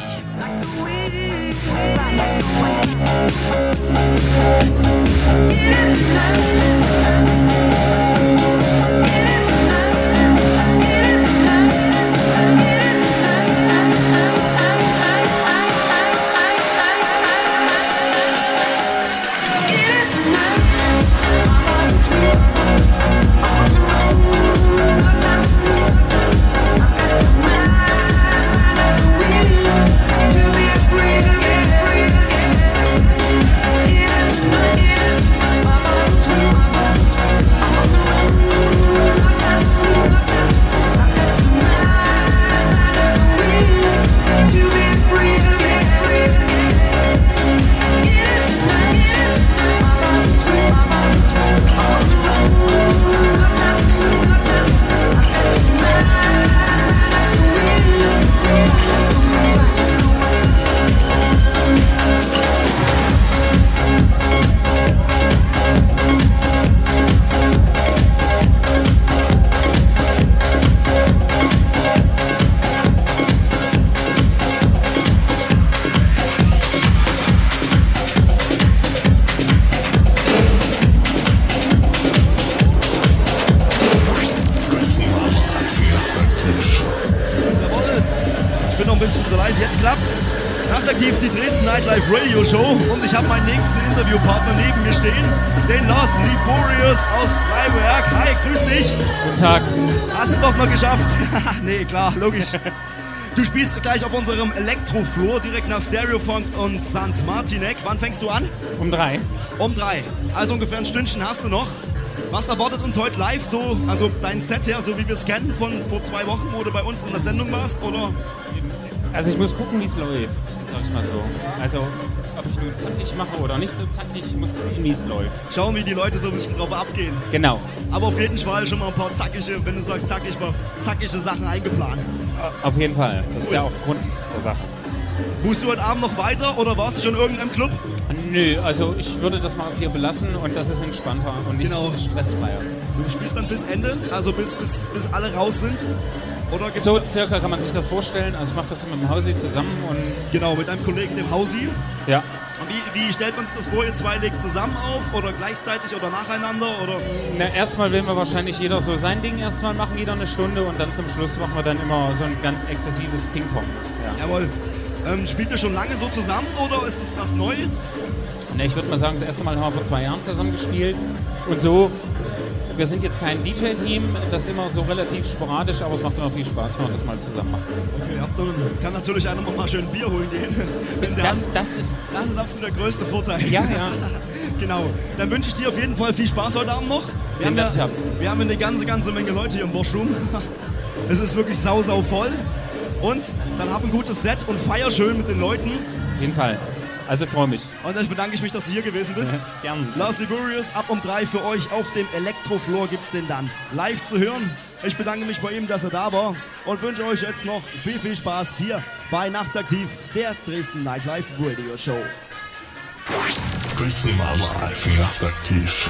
Die Dresden Nightlife Radio Show und ich habe meinen nächsten Interviewpartner neben mir stehen, den Los Liborius aus Freiberg. Hi, grüß dich. Guten Tag. Hast es doch noch geschafft? Nee, klar, logisch. Du spielst gleich auf unserem Elektrofloor direkt nach Stereofunk und St. Martinek. Wann fängst du an? Um 3. Um 3. Also ungefähr ein Stündchen hast du noch. Was erwartet uns heute live so, also dein Set her, so wie wir es kennen von vor 2 Wochen, wo du bei uns in der Sendung warst, oder? Also ich muss gucken, wie es läuft, sag ich mal so. Also ob ich nur zackig mache oder nicht so zackig, ich muss gucken, wie es läuft. Schauen, wie die Leute so ein bisschen drauf abgehen. Genau. Aber auf jeden Fall schon mal ein paar zackige, wenn du sagst zackig, zackige Sachen eingeplant. Auf jeden Fall, das ist ja auch Grund der Sache. Musst du heute Abend noch weiter oder warst du schon in irgendeinem Club? Nö, also ich würde das mal auf hier belassen und das ist entspannter und nicht stressfreier. Du spielst dann bis Ende, also bis alle raus sind? Oder gibt's so circa kann man sich das vorstellen. Also ich mache das mit dem Hausi zusammen und... Genau, mit deinem Kollegen, dem Hausi. Ja. Und wie stellt man sich das vor? Ihr zwei legt zusammen auf oder gleichzeitig oder nacheinander? Oder? Na, erstmal werden wir wahrscheinlich jeder so sein Ding erstmal machen, jeder eine Stunde und dann zum Schluss machen wir dann immer so ein ganz exzessives Ping-Pong. Ja. Jawohl. Spielt ihr schon lange so zusammen oder ist das was neu? Na, ich würde mal sagen, das erste Mal haben wir vor 2 Jahren zusammen gespielt und so. Wir sind jetzt kein DJ-Team, das ist immer so relativ sporadisch, aber es macht immer viel Spaß, wenn wir das mal zusammen machen. Okay, kann natürlich einer mal schön Bier holen gehen. Das ist absolut der größte Vorteil. Ja, ja. Genau. Dann wünsche ich dir auf jeden Fall viel Spaß heute Abend noch. Wir haben eine ganze Menge Leute hier im Washroom. Es ist wirklich sau voll. Und dann hab ein gutes Set und feier schön mit den Leuten. Auf jeden Fall. Also freue mich. Und dann bedanke ich mich, dass du hier gewesen bist. Gerne. Lars Liborius, ab um 3 für euch auf dem Elektrofloor gibt's den dann live zu hören. Ich bedanke mich bei ihm, dass er da war und wünsche euch jetzt noch viel Spaß hier bei Nachtaktiv, der Dresden Nightlife Radio Show. Dresden Nightlife Nachtaktiv.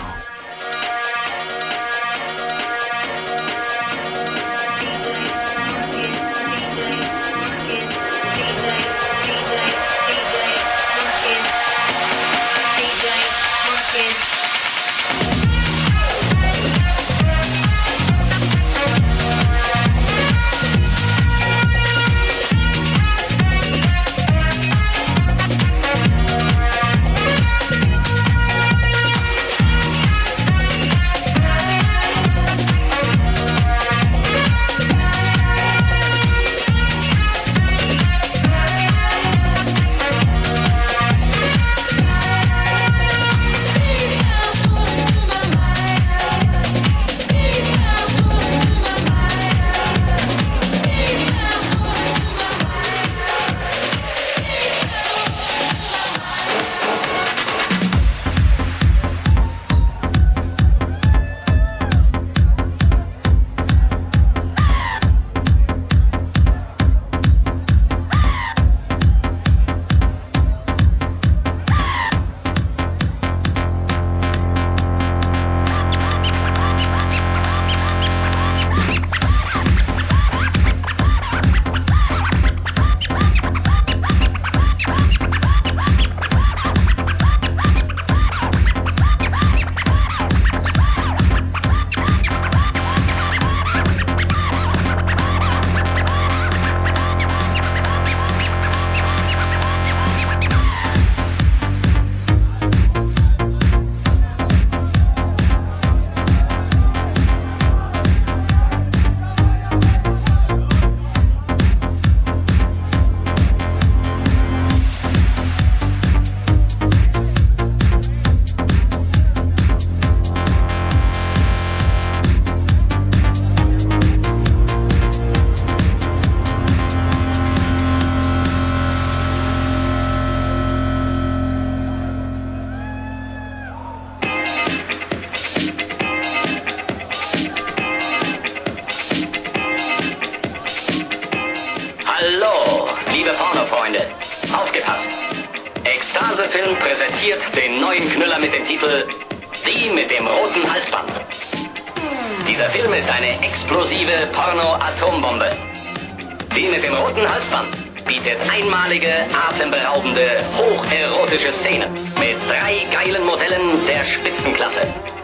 verpasst. Ekstase-Film präsentiert den neuen Knüller mit dem Titel Die mit dem roten Halsband. Dieser Film ist eine explosive Porno-Atombombe. Die mit dem roten Halsband bietet einmalige, atemberaubende, hocherotische Szenen mit 3 geilen Modellen der Spitzenklasse.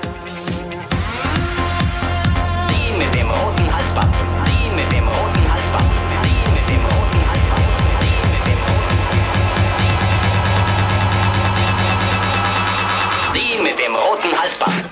Die mit dem roten Halsband. Die mit dem roten Halsband. Die mit dem roten Halsband. Die mit dem roten Halsband. Die mit dem roten Halsband.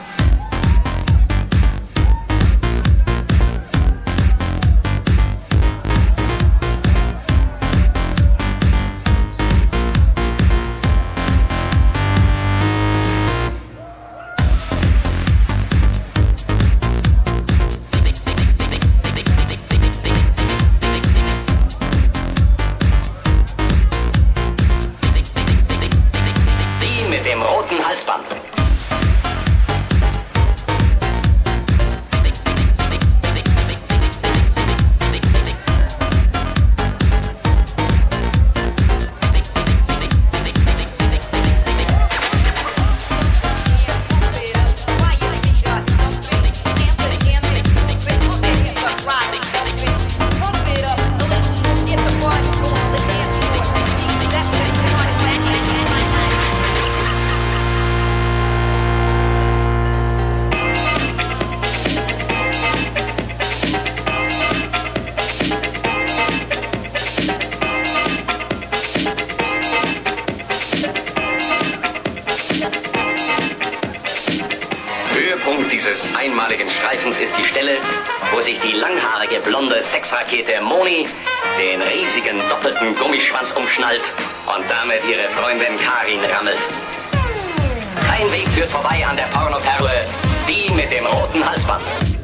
Sexrakete Moni den riesigen doppelten Gummischwanz umschnallt und damit ihre Freundin Karin rammelt. Kein Weg führt vorbei an der Pornoperle, die mit dem roten Halsband.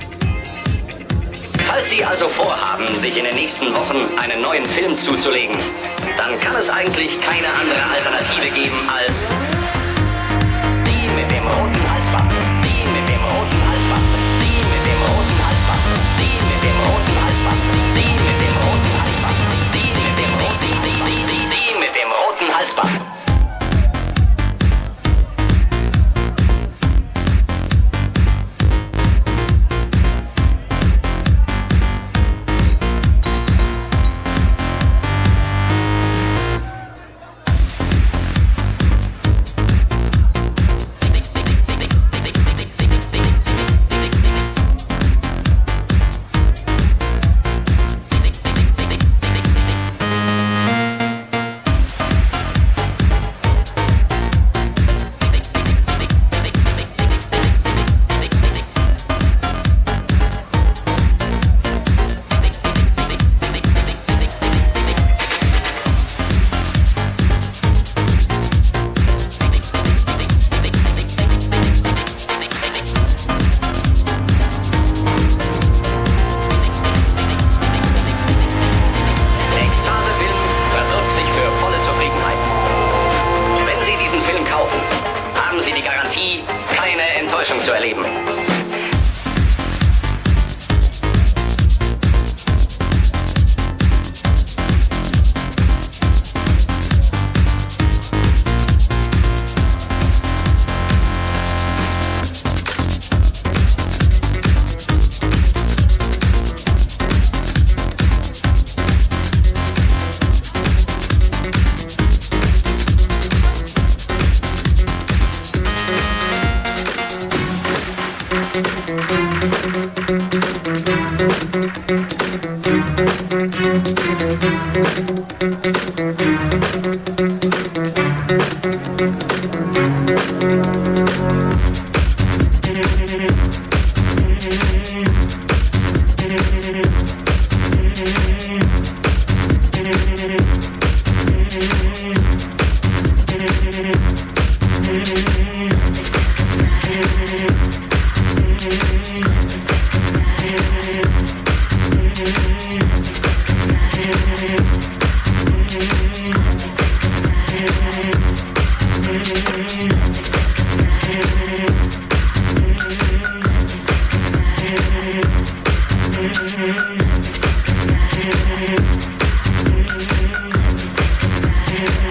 Falls Sie also vorhaben, sich in den nächsten Wochen einen neuen Film zuzulegen, dann kann es eigentlich keine andere Alternative geben als die mit dem roten Halsband. Die mit dem roten Halsband. Die mit dem roten Halsband. Die mit dem roten Halsband. Die mit dem roten Halsband. Die mit dem roten Halsband. zu erleben.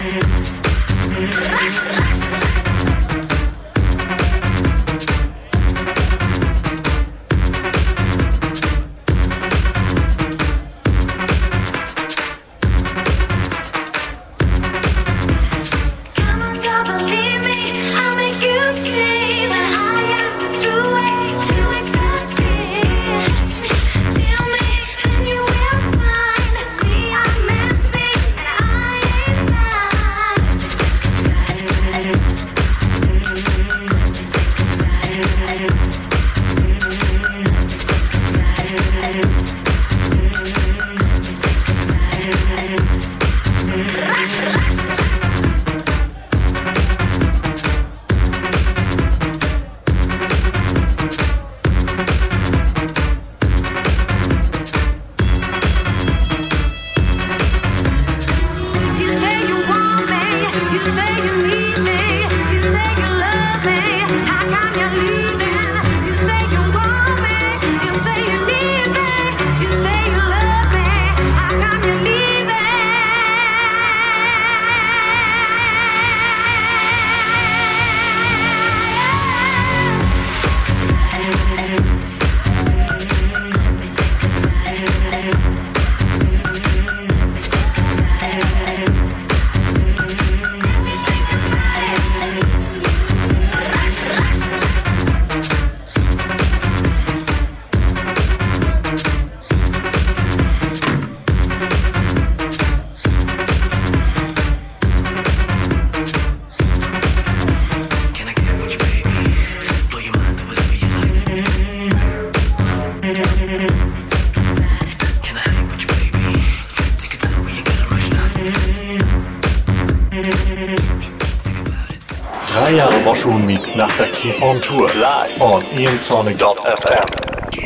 Jahre Washroom Meets Nachtaktiv on Tour live on IanSonic.fm.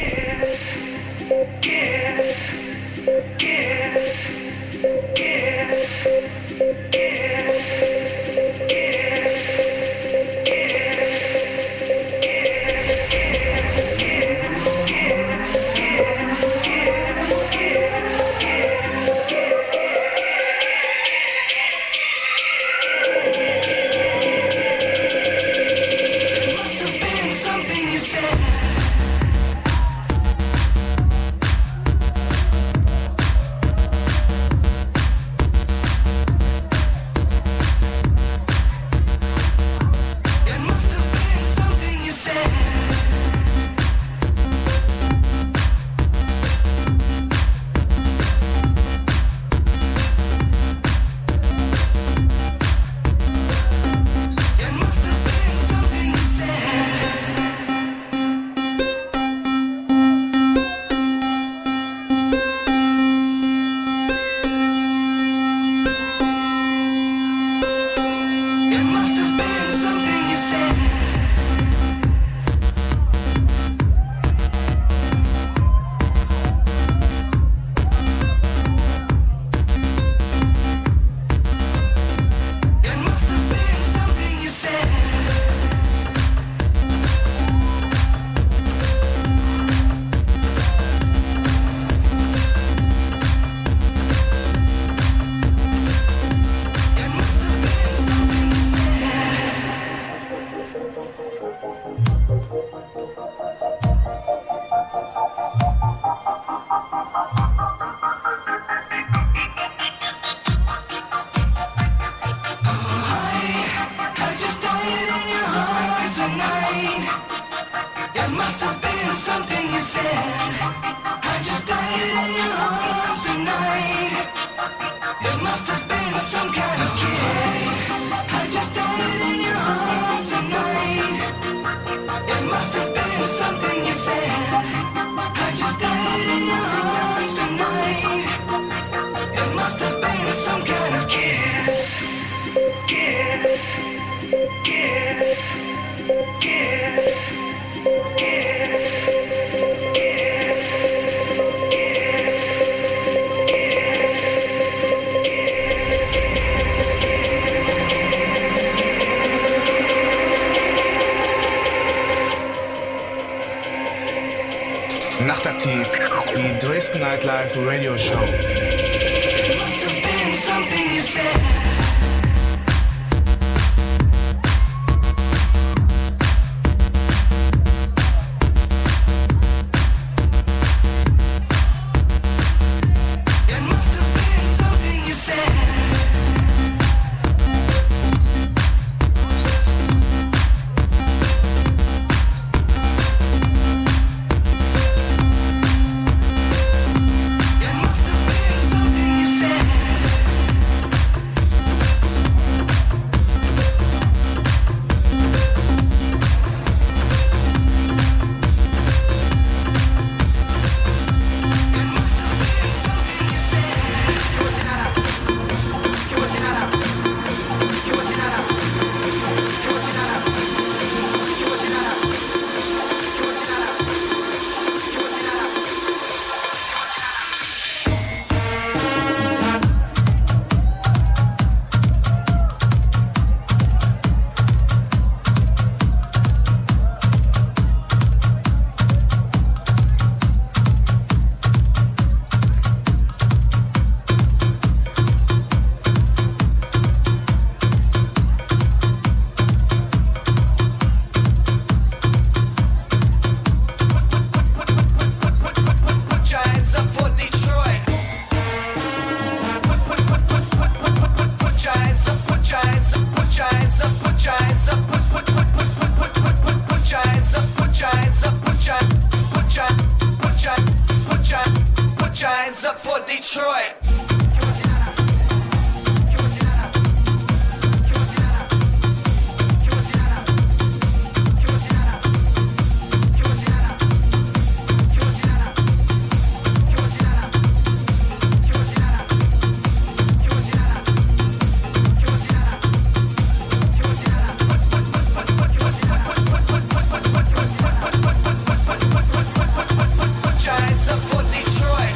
Nachtaktiv, die Dresden Nightlife Radio Show. It must have been something you said. Giants up for Detroit. Giants up for Detroit.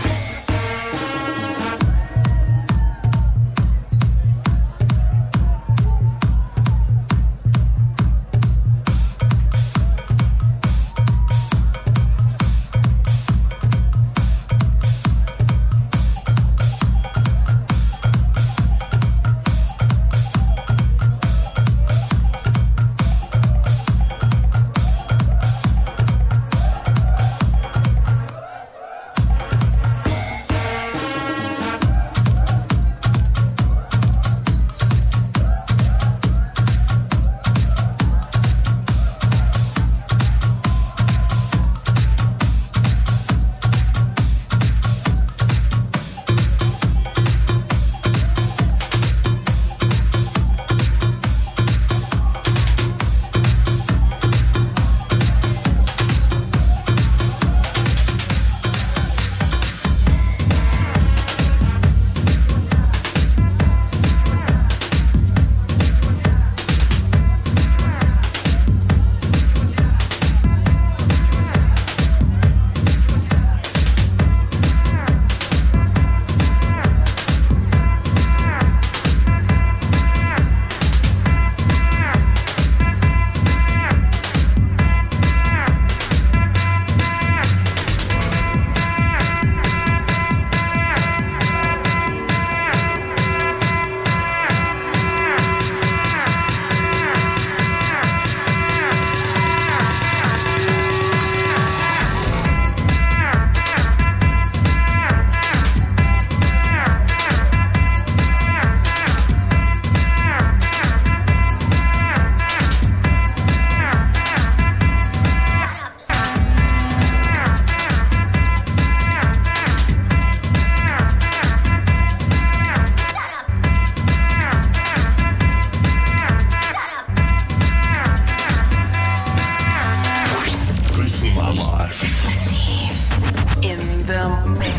In the mix.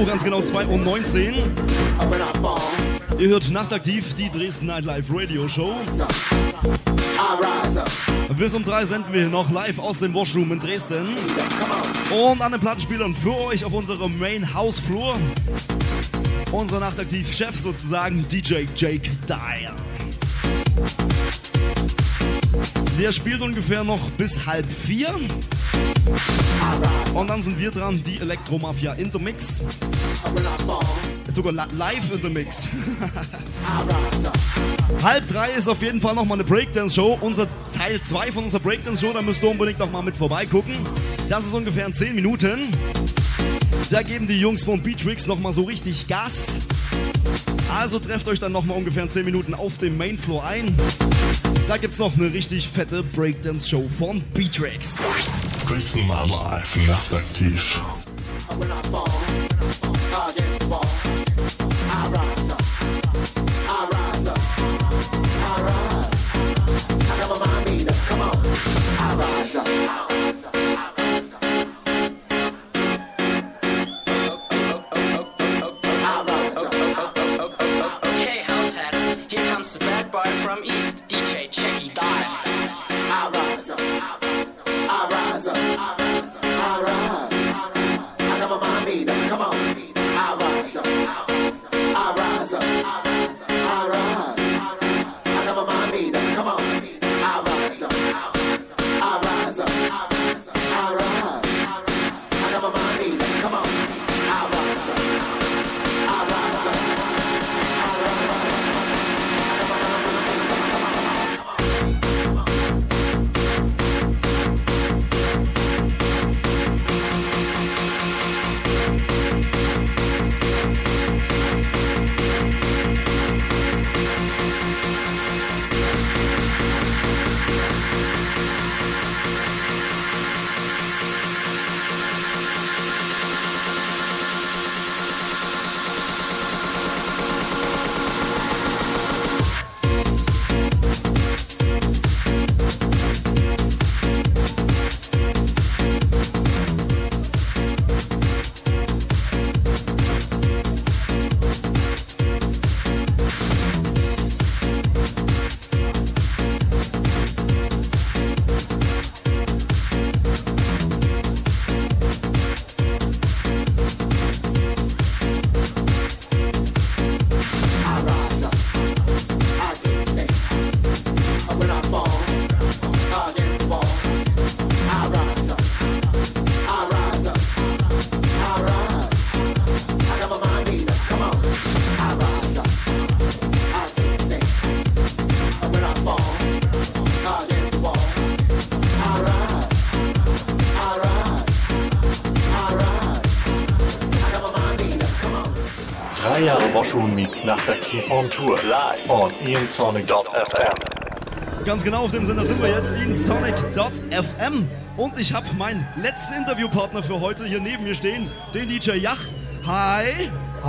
So, ganz genau 2:19 Uhr. Ihr hört nachtaktiv die Dresden Nightlife Radio Show. Bis um 3 senden wir hier noch live aus dem Washroom in Dresden. Und an den Plattenspielern für euch auf unserem Main House Floor unser Nachtaktiv-Chef sozusagen, DJ Jake Dyer. Der spielt ungefähr noch bis 3:30. Und dann sind wir dran, die Elektromafia in the Mix. Sogar live in the Mix. 2:30 ist auf jeden Fall nochmal eine Breakdance-Show. Unser Teil 2 von unserer Breakdance-Show, da müsst ihr unbedingt nochmal mit vorbeigucken. Das ist ungefähr in 10 Minuten. Da geben die Jungs von Beatrix nochmal so richtig Gas. Also trefft euch dann nochmal ungefähr in 10 Minuten auf dem Mainfloor ein. Da gibt's noch eine richtig fette Breakdance-Show von Beatrix. Dresden Nightlife nachtaktiv. Okay, house hats, here comes the bad boy from East, DJ Jackie Dyer. I rise up, I rise up, I rise. I never mind me, come on. I rise up, I rise up, I rise. I never mind me, come on. I rise up, I rise up, I rise. I never mind me, come on. I rise up, I rise up. Washroom meets nachtaktiv on Tour live on IanSonic.fm. Ganz genau, auf dem Sender sind wir jetzt, IanSonic.fm. Und ich habe meinen letzten Interviewpartner für heute hier neben mir stehen, den DJ Yach. Hi.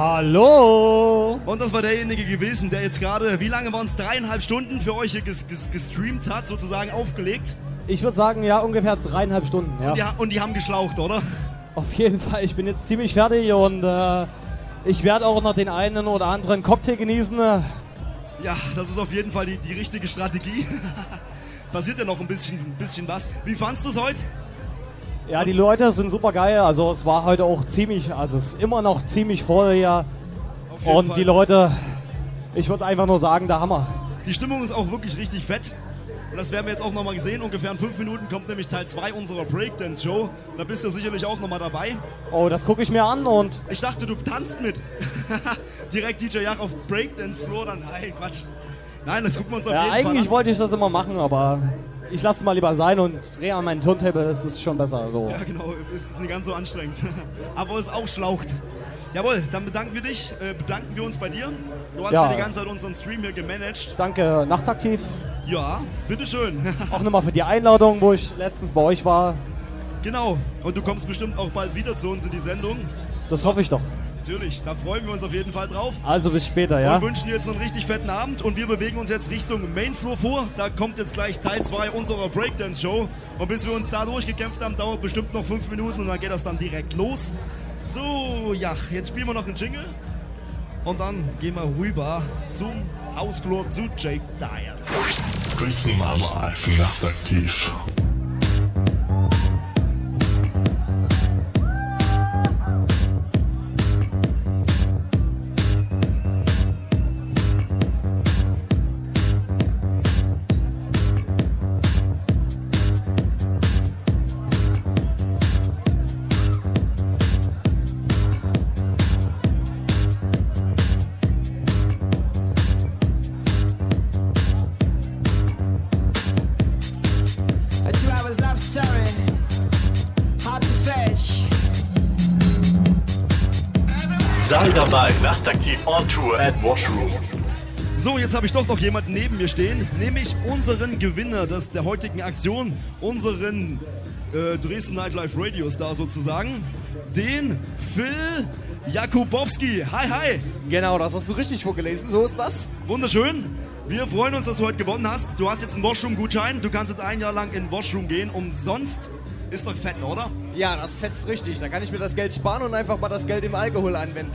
Hallo. Und das war derjenige gewesen, der jetzt gerade, wie lange waren es, 3,5 Stunden für euch hier gestreamt hat, sozusagen aufgelegt? Ich würde sagen, ja, ungefähr 3,5 Stunden. Ja. Und die haben geschlaucht, oder? Auf jeden Fall, ich bin jetzt ziemlich fertig und ich werde auch noch den einen oder anderen Cocktail genießen. Ja, das ist auf jeden Fall die richtige Strategie. Passiert ja noch ein bisschen was. Wie fandst du es heute? Ja, die Leute sind super geil. Also es war heute auch ziemlich, also es ist immer noch ziemlich voll hier. Und Fall. Die Leute, ich würde einfach nur sagen, der Hammer. Die Stimmung ist auch wirklich richtig fett. Und das werden wir jetzt auch nochmal gesehen. Ungefähr in 5 Minuten kommt nämlich Teil 2 unserer Breakdance-Show. Da bist du sicherlich auch nochmal dabei. Oh, das gucke ich mir an und... Ich dachte, du tanzt mit. Direkt DJ Yach auf Breakdance-Floor, dann nein, Quatsch. Nein, das gucken wir uns auf jeden Fall an. Eigentlich wollte ich das immer machen, aber ich lasse es mal lieber sein und drehe an meinen Turntable, das ist schon besser. So. Ja genau, es ist nicht ganz so anstrengend. Aber es auch schlaucht. Jawohl, dann bedanken wir uns bei dir. Du hast ja die ganze Zeit unseren Stream hier gemanagt. Danke, nachtaktiv. Ja, bitteschön. Auch nochmal für die Einladung, wo ich letztens bei euch war. Genau, und du kommst bestimmt auch bald wieder zu uns in die Sendung. Das hoffe ich doch. Natürlich, da freuen wir uns auf jeden Fall drauf. Also bis später, ja. Und wünschen dir jetzt einen richtig fetten Abend und wir bewegen uns jetzt Richtung Mainfloor vor. Da kommt jetzt gleich Teil 2 unserer Breakdance-Show. Und bis wir uns da durchgekämpft haben, dauert bestimmt noch 5 Minuten und dann geht das dann direkt los. So, ja, jetzt spielen wir noch einen Jingle. Und dann gehen wir rüber zum Hausflur zu Jake Dyer. Dresden Nightlife nachtaktiv. Sei dabei, nachtaktiv on Tour at Washroom. So, jetzt habe ich doch noch jemanden neben mir stehen, nämlich unseren Gewinner der heutigen Aktion, unseren Dresden Nightlife Radio Star sozusagen, den Phil Jakubowski. Hi, hi! Genau, das hast du richtig vorgelesen, so ist das. Wunderschön. Wir freuen uns, dass du heute gewonnen hast. Du hast jetzt einen Washroom-Gutschein. Du kannst jetzt ein Jahr lang in Washroom gehen, umsonst. Ist doch fett, oder? Ja, das fetzt richtig. Da kann ich mir das Geld sparen und einfach mal das Geld im Alkohol anwenden.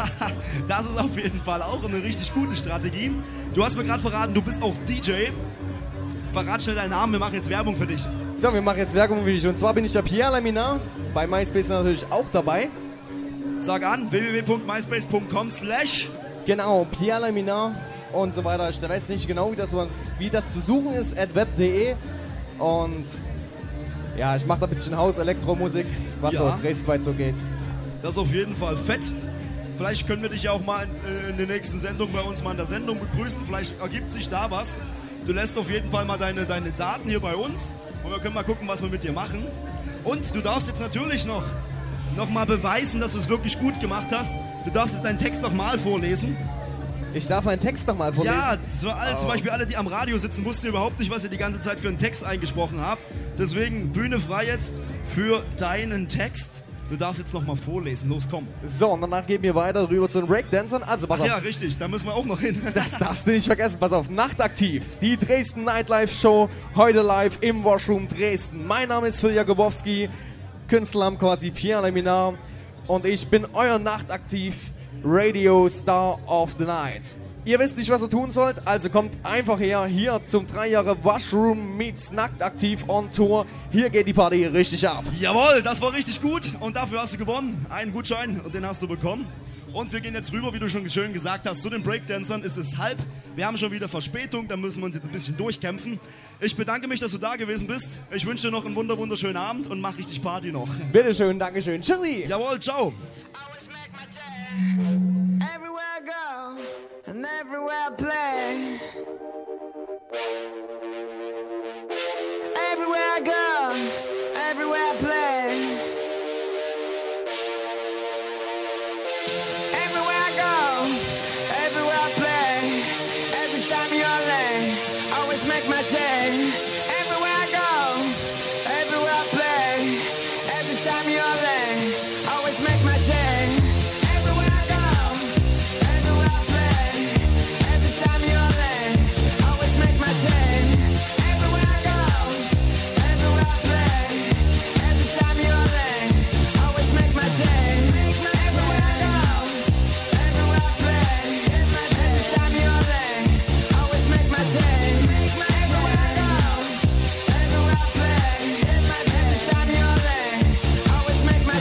Das ist auf jeden Fall auch eine richtig gute Strategie. Du hast mir gerade verraten, du bist auch DJ. Verrat schnell deinen Namen, wir machen jetzt Werbung für dich. So, wir machen jetzt Werbung für dich. Und zwar bin ich der Pierre Laminar, bei MySpace natürlich auch dabei. Sag an, www.myspace.com/ Genau, Pierre Laminar und so weiter. Ich weiß nicht genau, wie das zu suchen ist, @web.de. Und ja, ich mache da ein bisschen Haus-Elektromusik, was Ja. so dresdenweit so geht. Das ist auf jeden Fall fett. Vielleicht können wir dich ja auch mal in der nächsten Sendung bei uns mal in der Sendung begrüßen. Vielleicht ergibt sich da was. Du lässt auf jeden Fall mal deine Daten hier bei uns und wir können mal gucken, was wir mit dir machen. Und du darfst jetzt natürlich noch mal beweisen, dass du es wirklich gut gemacht hast. Du darfst jetzt deinen Text noch mal vorlesen. Ich darf meinen Text noch mal vorlesen? Ja, zum Beispiel alle, die am Radio sitzen, wussten überhaupt nicht, was ihr die ganze Zeit für einen Text eingesprochen habt. Deswegen Bühne frei jetzt für deinen Text. Du darfst jetzt noch mal vorlesen. Los, komm. So, und danach gehen wir weiter rüber zu den Breakdancern. Also, pass Ach auf. ja, richtig, da müssen wir auch noch hin. Das darfst du nicht vergessen. Pass auf, nachtaktiv. Die Dresden Nightlife Show. Heute live im Washroom Dresden. Mein Name ist Phil Jakubowski. Künstlername quasi Pierre Laminar. Und ich bin euer nachtaktiv Radio Star of the Night. Ihr wisst nicht, was ihr tun sollt, also kommt einfach her, hier zum 3 Jahre Washroom meets Nacktaktiv on Tour. Hier geht die Party richtig ab. Jawohl, das war richtig gut und dafür hast du gewonnen. Einen Gutschein und den hast du bekommen. Und wir gehen jetzt rüber, wie du schon schön gesagt hast, zu den Breakdancern. Es ist halb, wir haben schon wieder Verspätung, da müssen wir uns jetzt ein bisschen durchkämpfen. Ich bedanke mich, dass du da gewesen bist. Ich wünsche dir noch einen wunderschönen Abend und mach richtig Party noch. Bitteschön, Dankeschön. Tschüssi. Jawohl, ciao. Everywhere I go and everywhere I play. Everywhere I go, everywhere I play. Everywhere I go, everywhere I play. Every time you're late, always make my day. Everywhere I go, everywhere I play. Every time you're late, always make my day. Time you're late, always make my day. Everywhere I go, everywhere I play. Every time you're late, always make my day. Everywhere I go, everywhere I play. Every time you're late, always make my day. Everywhere I go, everywhere I play. Every time you're late, always make my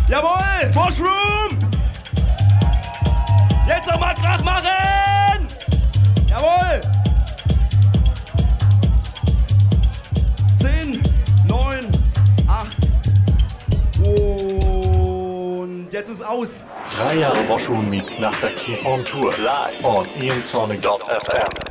Jawohl, Washroom! Jetzt nochmal Krach machen! Jawohl! 10, 9, 8 und jetzt ist aus. 3 Jahre Washroom meets Nachtaktiv on Tour live on IanSonic.fm.